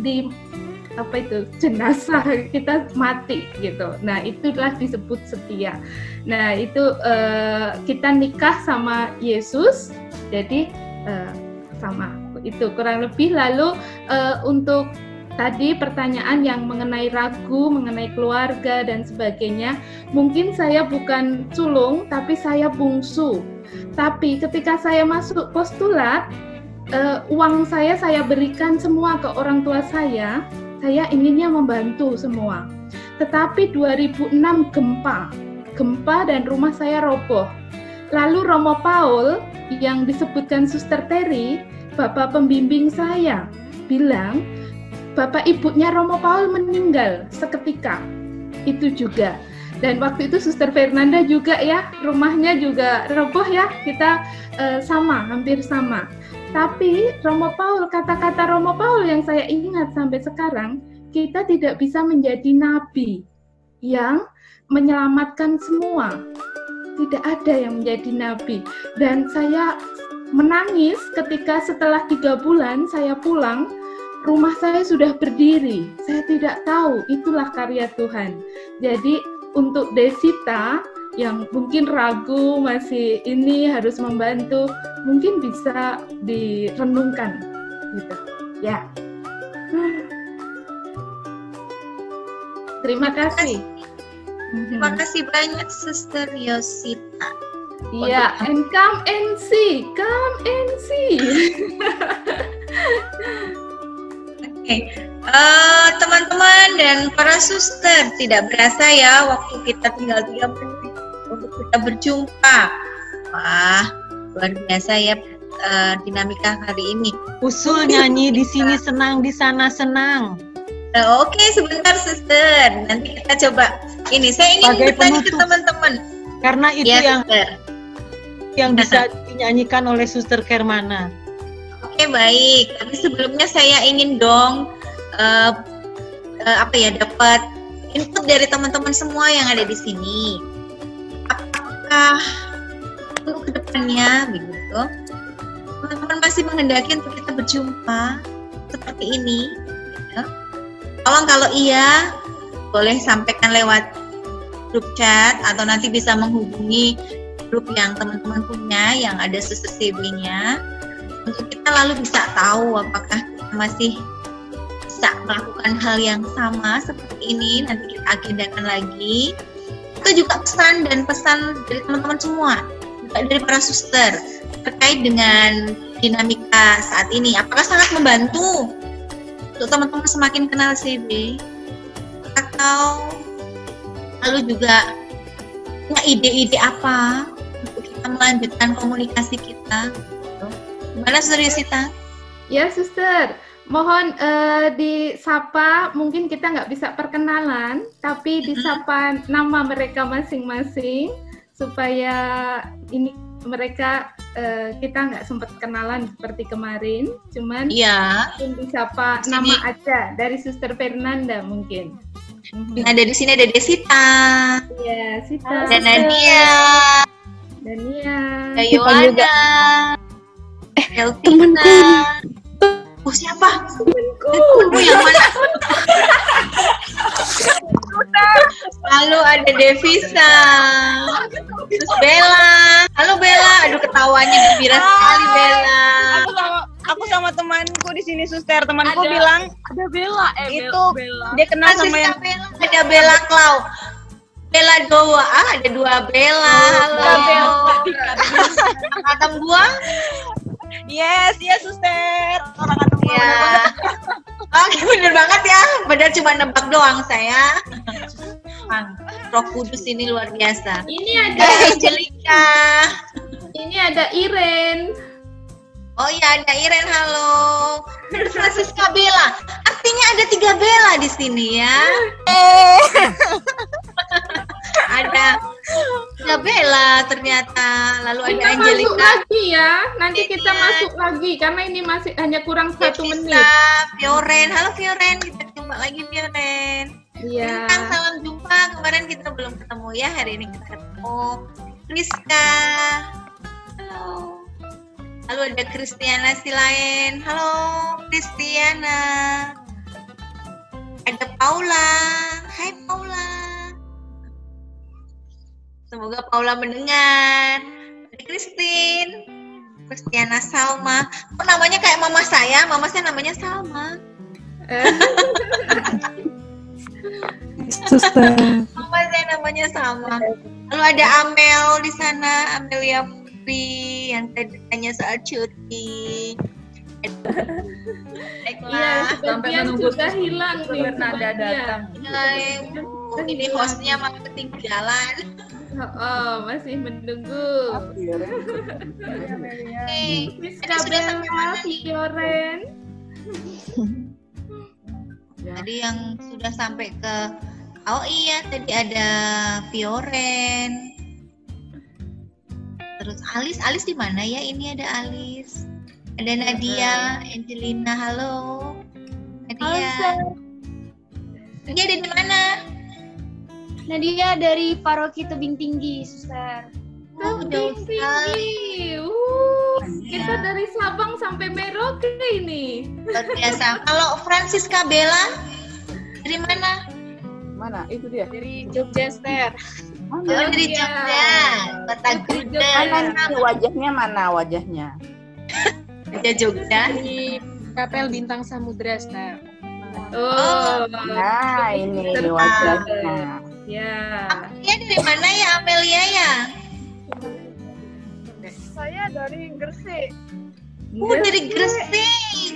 jenazah, kita mati gitu. Nah, itulah disebut setia. Nah, itu kita nikah sama Yesus, jadi sama itu kurang lebih. Lalu untuk tadi pertanyaan yang mengenai ragu, mengenai keluarga dan sebagainya, mungkin saya bukan sulung, tapi saya bungsu. Tapi ketika saya masuk postulat, uang saya berikan semua ke orang tua saya inginnya membantu semua. Tetapi 2006 gempa dan rumah saya roboh. Lalu Romo Paul yang disebutkan Suster Terry, bapak pembimbing saya, bilang, bapak ibunya Romo Paul meninggal seketika. Itu juga. Dan waktu itu Suster Fernanda juga ya, rumahnya juga roboh ya, kita hampir sama. Tapi Romo Paul, kata-kata Romo Paul yang saya ingat sampai sekarang, kita tidak bisa menjadi nabi yang menyelamatkan semua. Tidak ada yang menjadi nabi. Dan saya menangis ketika setelah 3 bulan saya pulang, rumah saya sudah berdiri. Saya tidak tahu, itulah karya Tuhan. Jadi untuk Desita yang mungkin ragu, masih ini harus membantu, mungkin bisa direnungkan gitu. Ya. Terima kasih. Terima kasih banyak Suster Yosita. Iya, and come and see. Oke. Teman-teman dan para suster, tidak berasa ya waktu kita tinggal 3 menit untuk kita berjumpa. Wah, luar biasa ya dinamika hari ini. Usul nyanyi di sini senang, di sana senang. Oke, sebentar suster. Nanti kita coba. Ini saya ingin bertanya ke teman-teman. Karena itu ya, yang bisa dinyanyikan oleh Suster Hermana. Oke, baik. Tapi sebelumnya saya ingin dong dapat input dari teman-teman semua yang ada di sini. Apakah untuk ke kedepannya begitu, teman-teman pasti menghendaki untuk kita berjumpa seperti ini. Gitu. Tolong kalau iya, boleh sampaikan lewat grup chat atau nanti bisa menghubungi grup yang teman-teman punya yang ada Suster CB-nya untuk kita lalu bisa tahu apakah kita masih bisa melakukan hal yang sama seperti ini. Nanti kita agendakan lagi. Itu juga pesan dan pesan dari teman-teman semua, juga dari para suster terkait dengan dinamika saat ini. Apakah sangat membantu untuk teman-teman semakin kenal CB atau lalu juga punya ide-ide apa untuk kita melanjutkan komunikasi kita? Gimana Suster Yosita? Ya Suster, mohon disapa, mungkin kita nggak bisa perkenalan, tapi disapa nama mereka masing-masing supaya ini mereka kita nggak sempat kenalan seperti kemarin, cuman mungkin disapa nama aja dari Suster Fernanda mungkin. Nah, dari sini ada Desita. Iya, Sita. Dan Nadia. Dania. Yohana. Temanku. Oh, siapa? Temanku yang mana? Lalu ada Devisa. Terus Bella. Halo Bella. Aduh, ketawanya gembira sekali Bella. Aku sama temanku di sini Suster. Temanku bilang ada Bella, itu Bella. dia kenal sama yang ada Bella Clau. Bella Doa, ada dua Bella. Halo. Angkatan buang? Yes, Suster. Orang kata ya. Oke, bener banget ya. Padahal cuma nebak doang saya. Roh Kudus ini luar biasa. Ini ada Angelica. Ini ada Iren. Oh iya, ada Iren, halo. Francisca Bella. Artinya ada 3 Bella di sini ya. Ada 3 Bella ternyata. Lalu ada Kita Angelica. masuk lagi ya. Nanti kita masuk lagi karena ini masih hanya kurang 1 menit. Fioren, halo Fioren. Kita jumpa lagi Fioren. Iya. Bintang, salam jumpa. Kemarin kita belum ketemu ya. Hari ini kita ketemu. Rizka. Halo. Lalu ada Kristiana Silain. Halo, Kristiana. Ada Paula. Hai Paula. Semoga Paula mendengar. Ada Christine. Kristiana Salma. Oh, namanya kayak mama saya. Mama saya namanya Salma. Suster. Mama saya namanya Salma. Lalu ada Amel di sana. Amelia yang tadi tanya soal cuti. Iya, sebagian sudah hilang nih. Fernanda datang. Ini hostnya malah ketinggalan. Masih menunggu. Rizka Bella, Fioren. Tadi yang sudah sampai ke, oh iya tadi ada Fioren. Terus Alis di mana ya? Ini ada Alis. Ada Nadia, Angelina, halo. Nadia. Nadia ada di mana? Nadia dari Paroki Tebing Tinggi, Suster. Jauh sekali. Kita dari Sabang sampai Merauke ini. Luar biasa. Kalau Francisca Bella dari mana? Mana? Itu dia. Dari Jogja, Ster. Dari Jogja, kota Gudang. Wajahnya mana wajahnya? Wajah Jogja. Di Kapel Bintang Samudra, Ster. Oh, nah ini wajahnya. Ya. Amelia dari mana ya Amelia ya? Saya dari Gresik. Dari Gresik.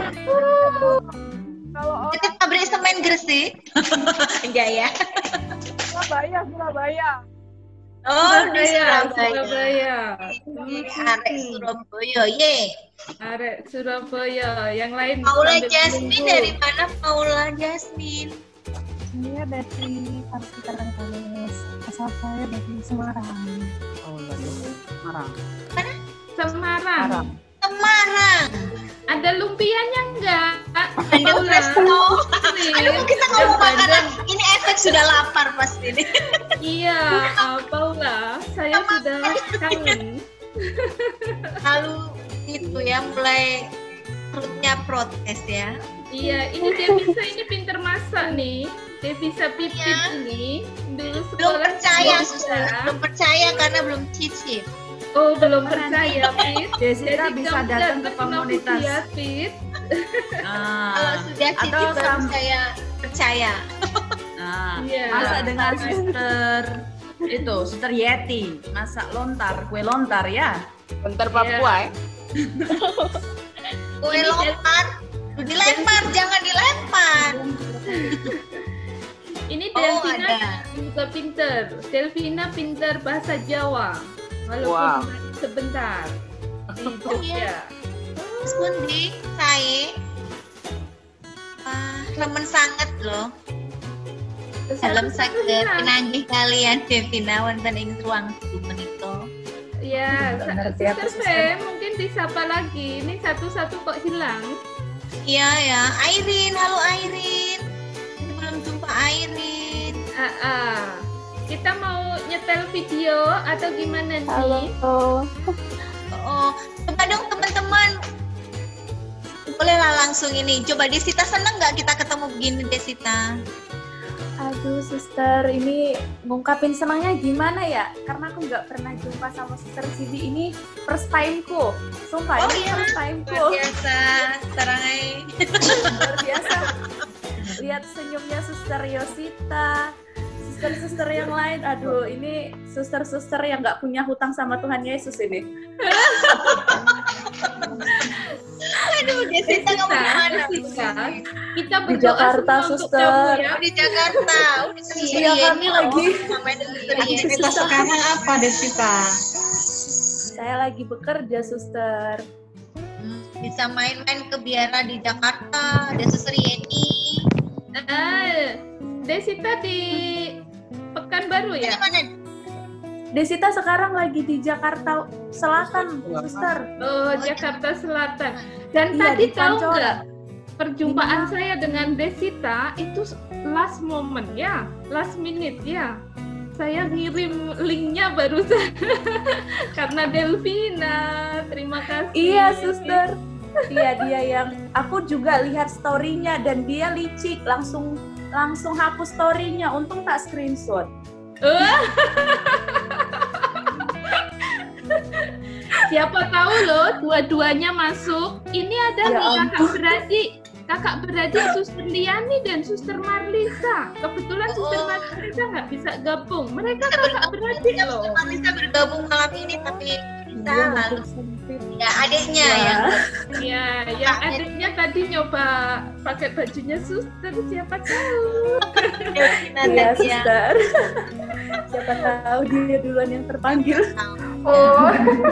Kalau Dekat pabrik semen Gresik? Enggak ya? Surabaya. Oh, di Surabaya. Arek Surabaya, ye. Arek Surabaya. Yang lain. Paula Jasmine dari mana? Paula Jasmine. Saya dari Parti Karangkanis. Asal saya dari Semarang. Oh, dari Semarang. Mana? Semarang. Semarang. Ada lumpianya enggak? Ada presto. Aduh, kita ngomong makanan. Ini efek sudah lapar pasti nih. Iya, Paula, saya sudah kangen. Lalu itu ya mulai perutnya protes ya. Iya, ini Devisa ini pinter masak nih. Devisa pipit ini dulu Belum sekolah percaya, swasta. Suster. Belum percaya karena belum cicip. Oh, belum percaya, Pit. Desita Jadi bisa kamu datang ke datang komunitas. Ya, Pit. Kalau sudah cicip baru saya percaya. Nah, Iya. masak dengan Suster Yeti, masak kue lontar ya. Lontar Papua ya. Kue lontar, dilempar, jangan dilempar. Ini Oh, Delvina ada. juga pinter. Delvina pinter bahasa Jawa. Walaupun Wow. sebentar di Jogja. Terus pundi, saya remen sangat loh. Dalam saged pinanggih kalian Devina wonten ing ruang menika. Ya, Ngerti apa, Suster Suster? Fem, mungkin disapa lagi. Ini satu-satu kok hilang. Iya ya, Airin, halo Airin. Belum jumpa Airin. Kita mau nyetel video atau gimana nih? Halo. Oh, coba dong teman-teman. Bolehlah langsung ini. Coba Desita, seneng nggak kita ketemu begini Desita? Aduh, Suster, ini ngungkapin senangnya gimana ya? Karena aku nggak pernah jumpa sama Suster Sibi, ini first time-ku. Sumpah, Oh ini iya, first time-ku. luar biasa. Serangai. Luar biasa. Lihat senyumnya Suster Yosita, suster-suster yang lain. Aduh, ini suster-suster yang nggak punya hutang sama Tuhan Yesus ini. Aduh, Desita kamu di mana? Kita Di berdoa Jakarta, semua untuk Suster. kamu ya. Di Jakarta. Iya, kami lagi. Aktivitas sekarang apa, Desita? Saya lagi bekerja, Suster. Bisa main-main ke biara di Jakarta. Ada Suster Yeni. Desita di Pekanbaru ya? Desita sekarang lagi di Jakarta Selatan, Suster. Oh, Jakarta Selatan. Dan Iya, tadi di tahu Pancoran. nggak perjumpaan saya dengan Desita itu last moment ya, last minute ya. Saya ngirim linknya barusan karena Delvina. Terima kasih. Iya, Suster. Iya, dia yang aku juga lihat story-nya dan dia licik, langsung hapus story-nya. Untung tak screenshot. Siapa tahu loh dua-duanya masuk. Ini ada Ya nih ampun. kakak beradik Suster Liani dan Suster Marlisa. Kebetulan Suster Marlisa nggak bisa gabung. Mereka kakak beradik loh. Suster Marlisa bergabung malam ini tapi kita lalu ya adiknya Wah. Ya, yang adiknya tadi nyoba pakai bajunya Suster, siapa tahu. Iya, Suster. Siapa tahu dia duluan yang terpanggil. Oh.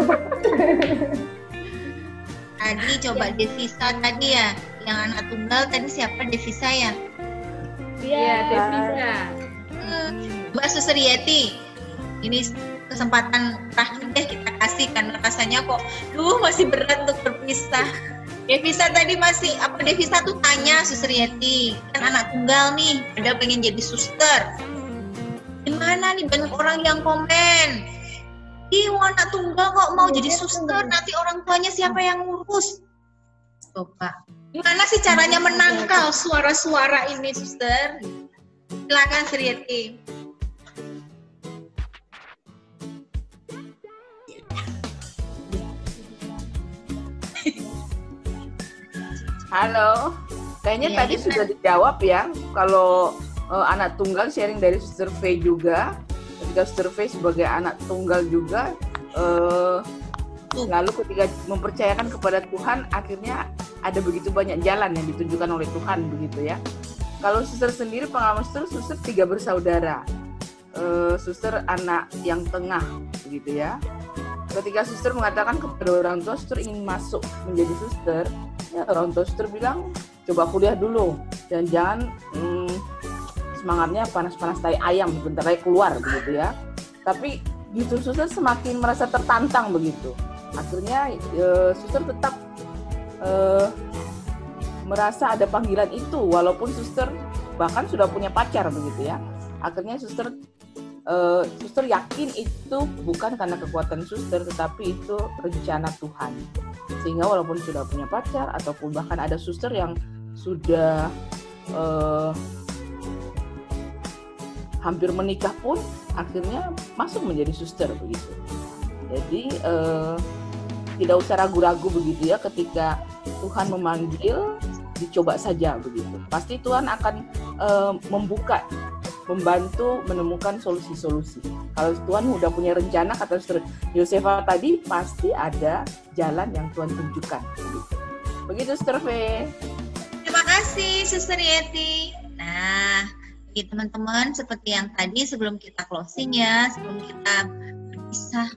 Tadi coba Devisa tadi ya, yang anak tunggal tadi siapa Devisa ya? Iya, Devisa. Mbak Suster Yeti, ini kesempatan terakhir deh kita kasih karena rasanya kok, masih berat untuk berpisah. Devisa tadi Devisa tuh tanya Suster Yeti, kan anak tunggal nih, ada pengen jadi suster. Gimana nih banyak orang yang komen, anak tunggal kok mau jadi suster, nanti orang tuanya siapa yang ngurus? Coba, gimana sih caranya menangkal suara-suara ini, Suster? Silakan, Suster Yeti. Halo, kayaknya Iya, tadi gimana? sudah dijawab ya. Kalau anak tunggal sharing dari Suster V juga, ketika Suster V sebagai anak tunggal juga, lalu ketika mempercayakan kepada Tuhan, akhirnya ada begitu banyak jalan yang ditunjukkan oleh Tuhan begitu ya. Kalau Suster sendiri pengalaman Suster 3 bersaudara, Suster anak yang tengah begitu ya. Ketika Suster mengatakan kepada orang tua Suster ingin masuk menjadi Suster, ya, orang tua Suster bilang coba kuliah dulu dan jangan semangatnya panas-panas tai ayam bentar lagi keluar begitu ya. Tapi gitu Suster semakin merasa tertantang begitu. Akhirnya Suster tetap merasa ada panggilan itu walaupun Suster bahkan sudah punya pacar begitu ya. Akhirnya Suster suster yakin itu bukan karena kekuatan suster, tetapi itu rencana Tuhan. Sehingga walaupun sudah punya pacar ataupun bahkan ada suster yang sudah hampir menikah pun akhirnya masuk menjadi suster begitu. Jadi tidak usah ragu-ragu begitu ya, ketika Tuhan memanggil dicoba saja begitu. Pasti Tuhan akan membantu menemukan solusi-solusi. Kalau Tuhan udah punya rencana, kata Suster Yosefa tadi, pasti ada jalan yang Tuhan tunjukkan. Begitu Suster V. Terima kasih Suster Yeti. Nah, teman-teman, seperti yang tadi sebelum kita closing ya, sebelum kita berpisah.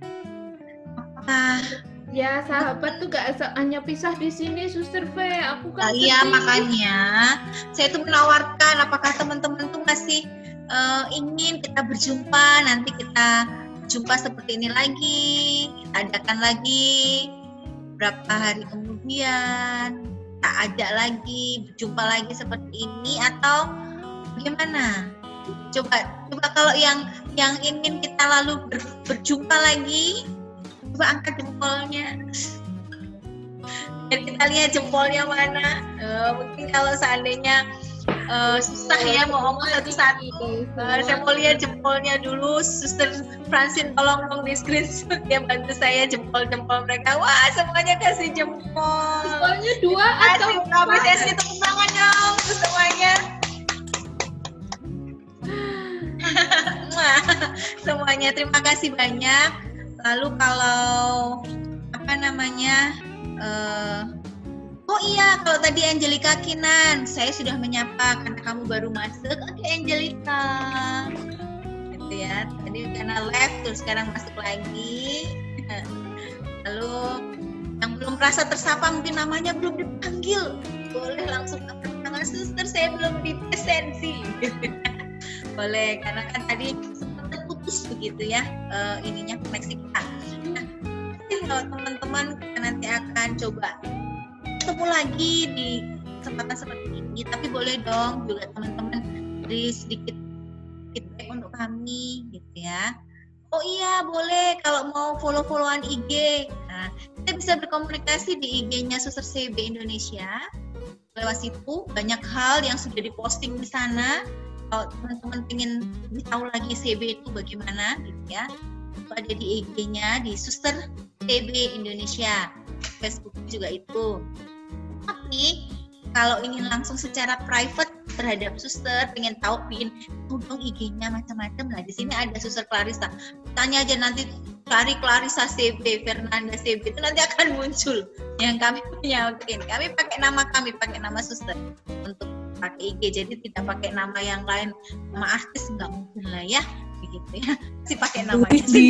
Ya, sahabat tuh gak hanya pisah di sini, Suster V. Aku kan iya, makanya saya tuh menawarkan, apakah teman-teman tuh masih ingin kita berjumpa, nanti kita jumpa seperti ini lagi, kita adakan lagi berapa hari kemudian, kita ajak lagi, berjumpa lagi seperti ini, atau bagaimana? Coba kalau yang ingin kita lalu berjumpa lagi, coba angkat jempolnya. Biar kita lihat jempolnya mana. Mungkin kalau seandainya susah ya mau ngomong satu-satu. Saya mau lihat jempolnya dulu. Suster Francine tolong dong di screenshot ya, bantu saya jempol-jempol mereka. Wah, semuanya kasih jempol. Jempolnya 2 atau kami kasih tepuk tangan dong semuanya. Semuanya terima kasih banyak. Lalu kalau oh iya, kalau tadi Angelica Kinan, saya sudah menyapa karena kamu baru masuk. Oke, Angelica, gitu ya. Tadi karena left, terus sekarang masuk lagi. Lalu yang belum merasa tersapa, mungkin namanya belum dipanggil, boleh langsung angkat tangan, Suster, saya belum dipresensi. Boleh, karena kan tadi terputus begitu ya, ininya koneksi kita. Nah, kalau teman-teman kita nanti akan coba ketemu lagi di kesempatan seperti ini, tapi boleh dong juga teman-teman beri sedikit feedback untuk kami gitu ya. Oh iya, boleh kalau mau follow-followan IG. Nah, kita bisa berkomunikasi di IG-nya Suster CB Indonesia. Lewat situ banyak hal yang sudah diposting di sana. Kalau teman-teman ingin tahu lagi CB itu bagaimana gitu ya, itu ada di IG-nya di Suster CB Indonesia, Facebook juga itu. Tapi kalau ingin langsung secara private terhadap suster, pengen tahu, dong IG-nya macam-macam, nah di sini ada Suster Clarissa. Tanya aja nanti Clarissa CB, Fernanda CB, itu nanti akan muncul yang kami punya untuk ini. Kami pakai nama suster untuk pakai IG, jadi tidak pakai nama yang lain, nama artis nggak mungkin lah ya, begitu ya. Masih pakai nama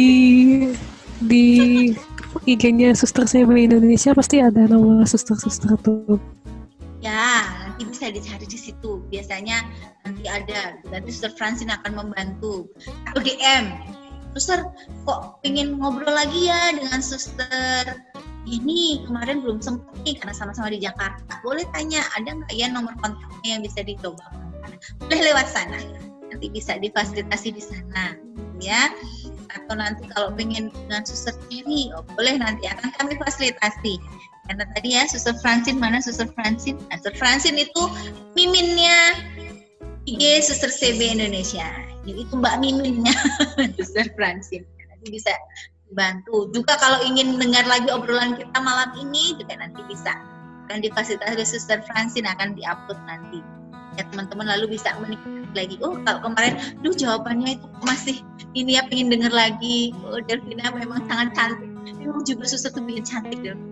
di IG-nya Suster CB Indonesia pasti ada nama suster-suster tuh. Ya, nanti bisa dicari di situ. Biasanya nanti ada. Nanti Suster Francine akan membantu. Atau DM, Suster, kok pengen ngobrol lagi ya dengan Suster? Ini kemarin belum sempat nih karena sama-sama di Jakarta. Boleh tanya, ada nggak ya nomor kontaknya yang bisa dicoba? Boleh lewat sana. Nanti bisa difasilitasi di sana, ya. Atau nanti kalau pengen dengan Suster Terry, boleh, nanti akan kami fasilitasi. Karena tadi ya Suster Francine, mana Suster Francine? Nah, Suster Francine itu miminnya IG Suster CB Indonesia. Jadi itu Mbak miminnya Suster Francine. Nanti bisa bantu. Juga kalau ingin dengar lagi obrolan kita malam ini juga nanti bisa. Akan difasilitasi Suster Francine, akan diupload nanti. Ya teman-teman lalu bisa menikmati lagi. Oh kalau kemarin, jawabannya itu masih ini ya, pengen dengar lagi. Oh Delvina memang sangat cantik. Memang juga Suster tuh bikin cantik Delvina.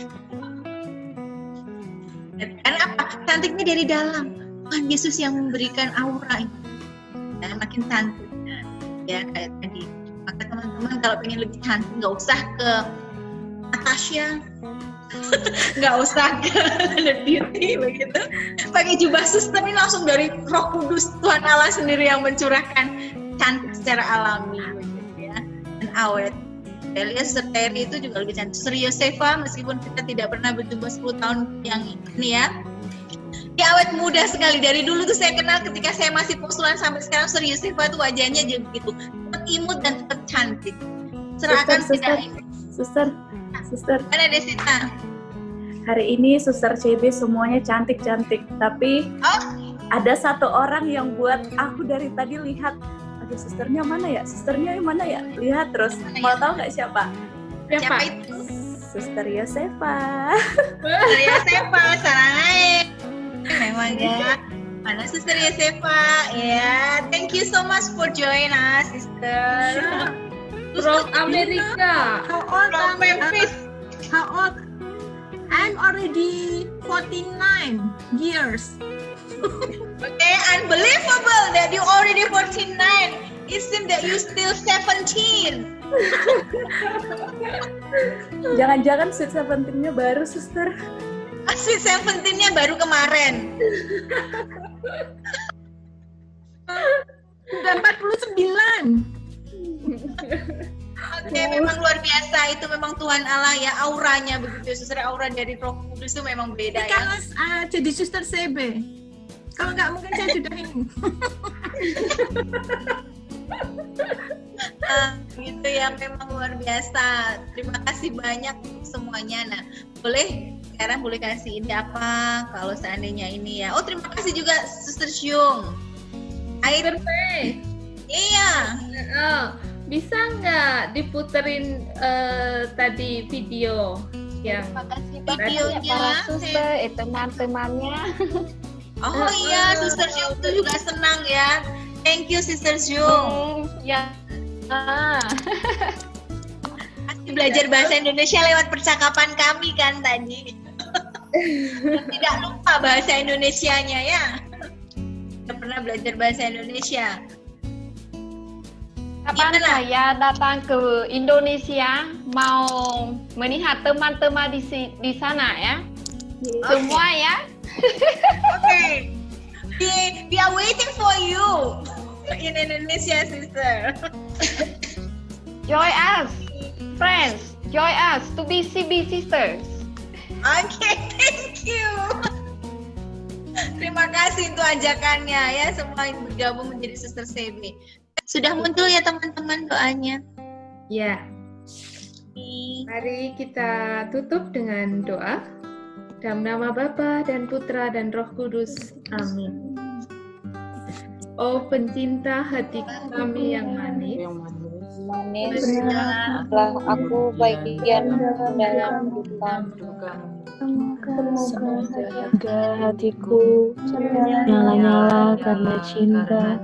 Karena apa? Cantiknya dari dalam. Tuhan Yesus yang memberikan aura itu. Ya, makin cantik. Ya kayak tadi. Maka teman-teman kalau pengen lebih cantik, nggak usah ke Natasha, nggak usah ke beauty begitu. Pakai jubah suster ini langsung dari Roh Kudus, Tuhan Allah sendiri yang mencurahkan cantik secara alami begitu ya. Dan awet. Saya lihat Suster Terry itu juga lebih cantik. Suster Yosefa, meskipun kita tidak pernah berjumpa 10 tahun yang ini ya, Dia awet muda sekali. Dari dulu tuh saya kenal ketika saya masih postulan sampai sekarang Suster Yosefa tuh wajahnya jadi begitu. Tetap imut dan tetap cantik. Serahkan Suster. Mana Desita? Hari ini Suster CB semuanya cantik-cantik, tapi ada satu orang yang buat aku dari tadi lihat, aduh susternya mana ya? Susternya yang mana ya? Lihat terus. Mau tahu nggak siapa? Siapa itu? Suster Yosefa. Suster Yosefa, sarangai. Memang ya. Mana Suster Yosefa? Ya, thank you so much for join us, sister. From America. How old? From Memphis. How old? I'm already 49 years. Okay, unbelievable that you already 49. It seems that you still 17. Jangan-jangan Sweet 17-nya baru, Suster. Sweet 17-nya baru kemarin. Udah 49. Oke, memang luar biasa. Itu memang Tuhan Allah ya, auranya begitu. Suster, aura dari Roh Kudus itu memang beda ya. Kalau jadi Suster CB, kalau nggak mungkin saya sudah ini. Gitu ya, memang luar biasa. Terima kasih banyak untuk semuanya. Nah, sekarang boleh kasih ini apa kalau seandainya ini ya. Oh, terima kasih juga Suster Xiong. Air iya. Bisa nggak diputerin tadi video yang videonya para suster, teman-temannya. Oh iya, Suster Xiong itu juga senang ya. Thank you Sister Xiong. Ya. Masih belajar bahasa Indonesia lewat percakapan kami kan tadi. Tidak lupa bahasa Indonesianya ya. Tidak pernah belajar bahasa Indonesia. Kapan saya datang ke Indonesia mau melihat teman-teman di sana ya? Semua ya? Okay. We are waiting for you in Indonesia, sister. Join us, friends. Join us to be CB sisters. Okay, thank you. Terima kasih untuk ajakannya ya, semua yang bergabung menjadi Suster CB. Sudah muncul ya teman-teman doanya? Ya. Mari kita tutup dengan doa. Dalam nama Bapa dan Putra dan Roh Kudus. Amin. Oh pencinta hati kami yang manis, telah aku bagian dalam kehidupan. Semoga hatiku nyala-nyala karena cinta.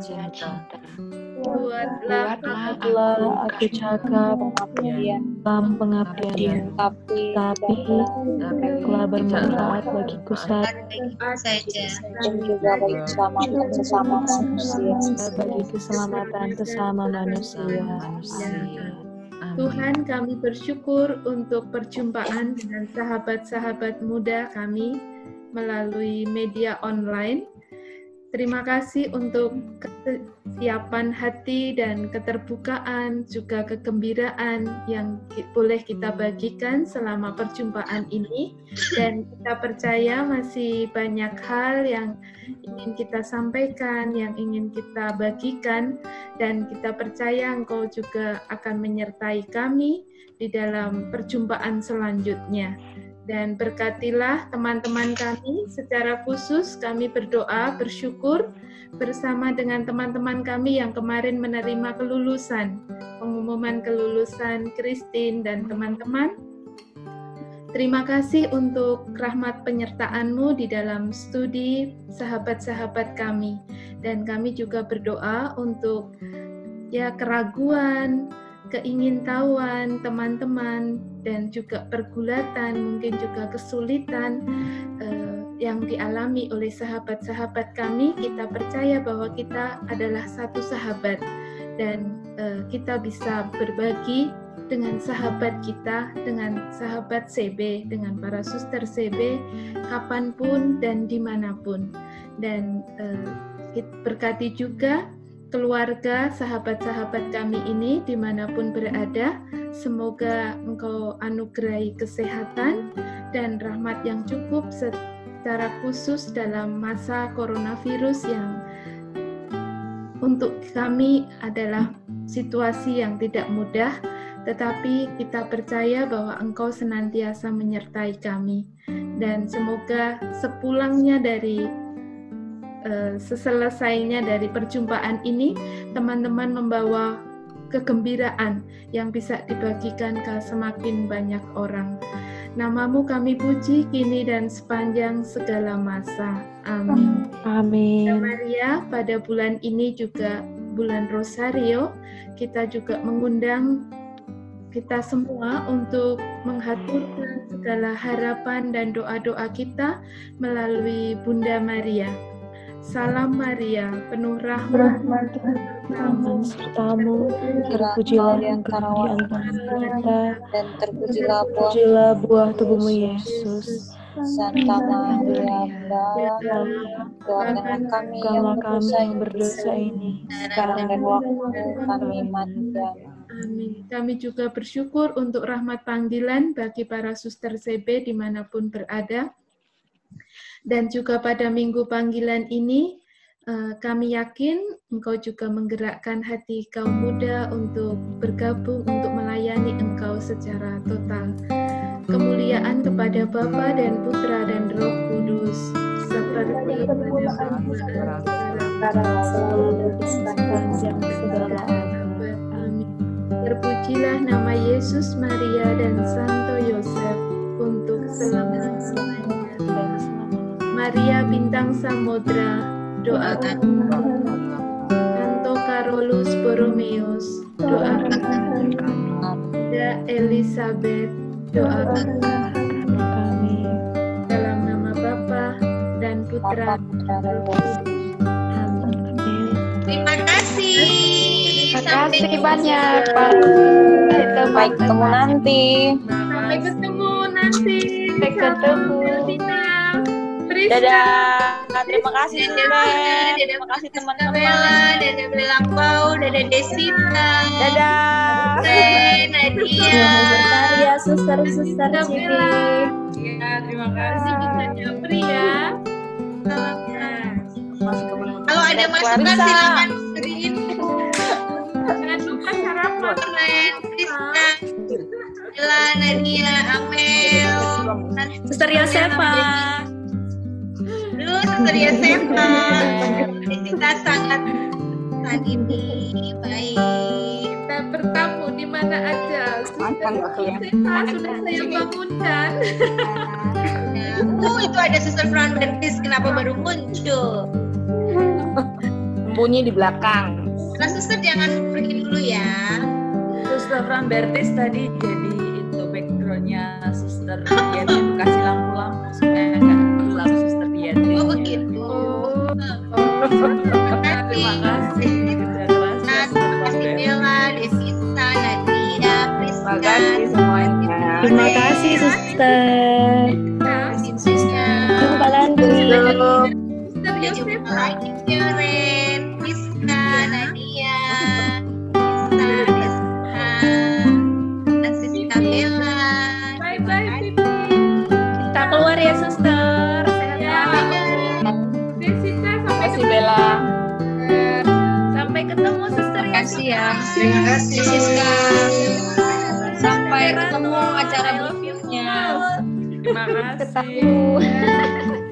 Buatlah aku cakap dalam pengabdian, tapi telah bermanfaat bagiku saja dan juga bagi keselamatan sesama manusia. Tuhan, kami bersyukur untuk perjumpaan dengan sahabat-sahabat muda kami melalui media online. Terima kasih untuk kesiapan hati dan keterbukaan, juga kegembiraan yang boleh kita bagikan selama perjumpaan ini. Dan kita percaya masih banyak hal yang ingin kita sampaikan, yang ingin kita bagikan. Dan kita percaya Engkau juga akan menyertai kami di dalam perjumpaan selanjutnya. Dan berkatilah teman-teman kami secara khusus. Kami berdoa, bersyukur bersama dengan teman-teman kami yang kemarin menerima kelulusan, pengumuman kelulusan Christine dan teman-teman. Terima kasih untuk rahmat penyertaan-Mu di dalam studi sahabat-sahabat kami. Dan kami juga berdoa untuk keraguan, keingintahuan teman-teman, dan juga pergulatan, mungkin juga kesulitan yang dialami oleh sahabat-sahabat kami. Kita percaya bahwa kita adalah satu sahabat, dan kita bisa berbagi dengan sahabat kita, dengan sahabat CB, dengan para suster CB, kapanpun dan dimanapun. Dan berkati juga keluarga, sahabat-sahabat kami ini dimanapun berada. Semoga Engkau anugerahi kesehatan dan rahmat yang cukup secara khusus dalam masa coronavirus yang untuk kami adalah situasi yang tidak mudah, tetapi kita percaya bahwa Engkau senantiasa menyertai kami. Dan semoga sepulangnya dari seselesainya dari perjumpaan ini, teman-teman membawa kegembiraan yang bisa dibagikan ke semakin banyak orang. Namamu kami puji kini dan sepanjang segala masa. Amin. Amin. Maria, pada bulan ini juga bulan Rosario, kita juga mengundang kita semua untuk menghaturkan segala harapan dan doa-doa kita melalui Bunda Maria. Salam Maria, penuh rahmat Tuhan sertamu, terpujilah di antara wanita, dan terpujilah buah tubuhmu Yesus. Santa Maria, doakanlah kami yang berdosa ini, sekarang dan waktu kami mati. Amin. Kami juga bersyukur untuk rahmat panggilan bagi para suster CB dimanapun berada. Dan juga pada minggu panggilan ini, kami yakin Engkau juga menggerakkan hati kaum muda untuk bergabung, untuk melayani Engkau secara total. Kemuliaan kepada Bapa dan Putra dan Roh Kudus, seperti pada selalu sepanjang segala abad. Amin. Terpujilah nama Yesus, Maria, dan Santo Yosef untuk selama-lamanya. Maria bintang samudra, doakan. Santo Carolus Borromeus, doakan. Da Elizabeth, doakan kami. Dalam nama Bapa dan Putra dan Roh Kudus. Amin. Terima kasih. Terima kasih banyak, Pak. Sampai ketemu nanti. Sampai ketemu nanti. Sampai ketemu. Dadah. Terima kasih Suster. Terima kasih teman-teman. Dadah Belangkau, dadah Desita. Dadah. Nadia. Berkarya suster-suster Cili. Ya, terima kasih kita Japri ya. Kalau ada masukan silakan screen. Jangan lupa sarapan. Krisna, Ella, Nadia, Amel, Suster Yosefa. Suster Yosefa, kita sangat tadi baik. Kita bertamu di mana aja. Suster Yosefa sudah saya bangunkan. Itu ada Suster Fran Bertis, kenapa baru muncul? Sembunyi di belakang. Nah, Suster jangan pergi dulu ya. Suster Fran Bertis tadi jadi itu backgroundnya Suster Dian, kasih lampu-lampu supaya nggak gelap Suster Dian. Oh begitu. Terima kasih. Terima kasih Bella, Devita, Nadia, Priska. Terima kasih semuanya. Terima kasih Suster. Jumpa lagi. Sudah jumpa lagi Karen, Priska, Nadia, Priska, Bella. Bye bye. Kita keluar ya Suster. Desita, sampai Kasih Bella. Sampai ketemu Suster. Terima kasih ya. Terima kasih Siska. Sampai ketemu acara berikutnya. Terima kasih.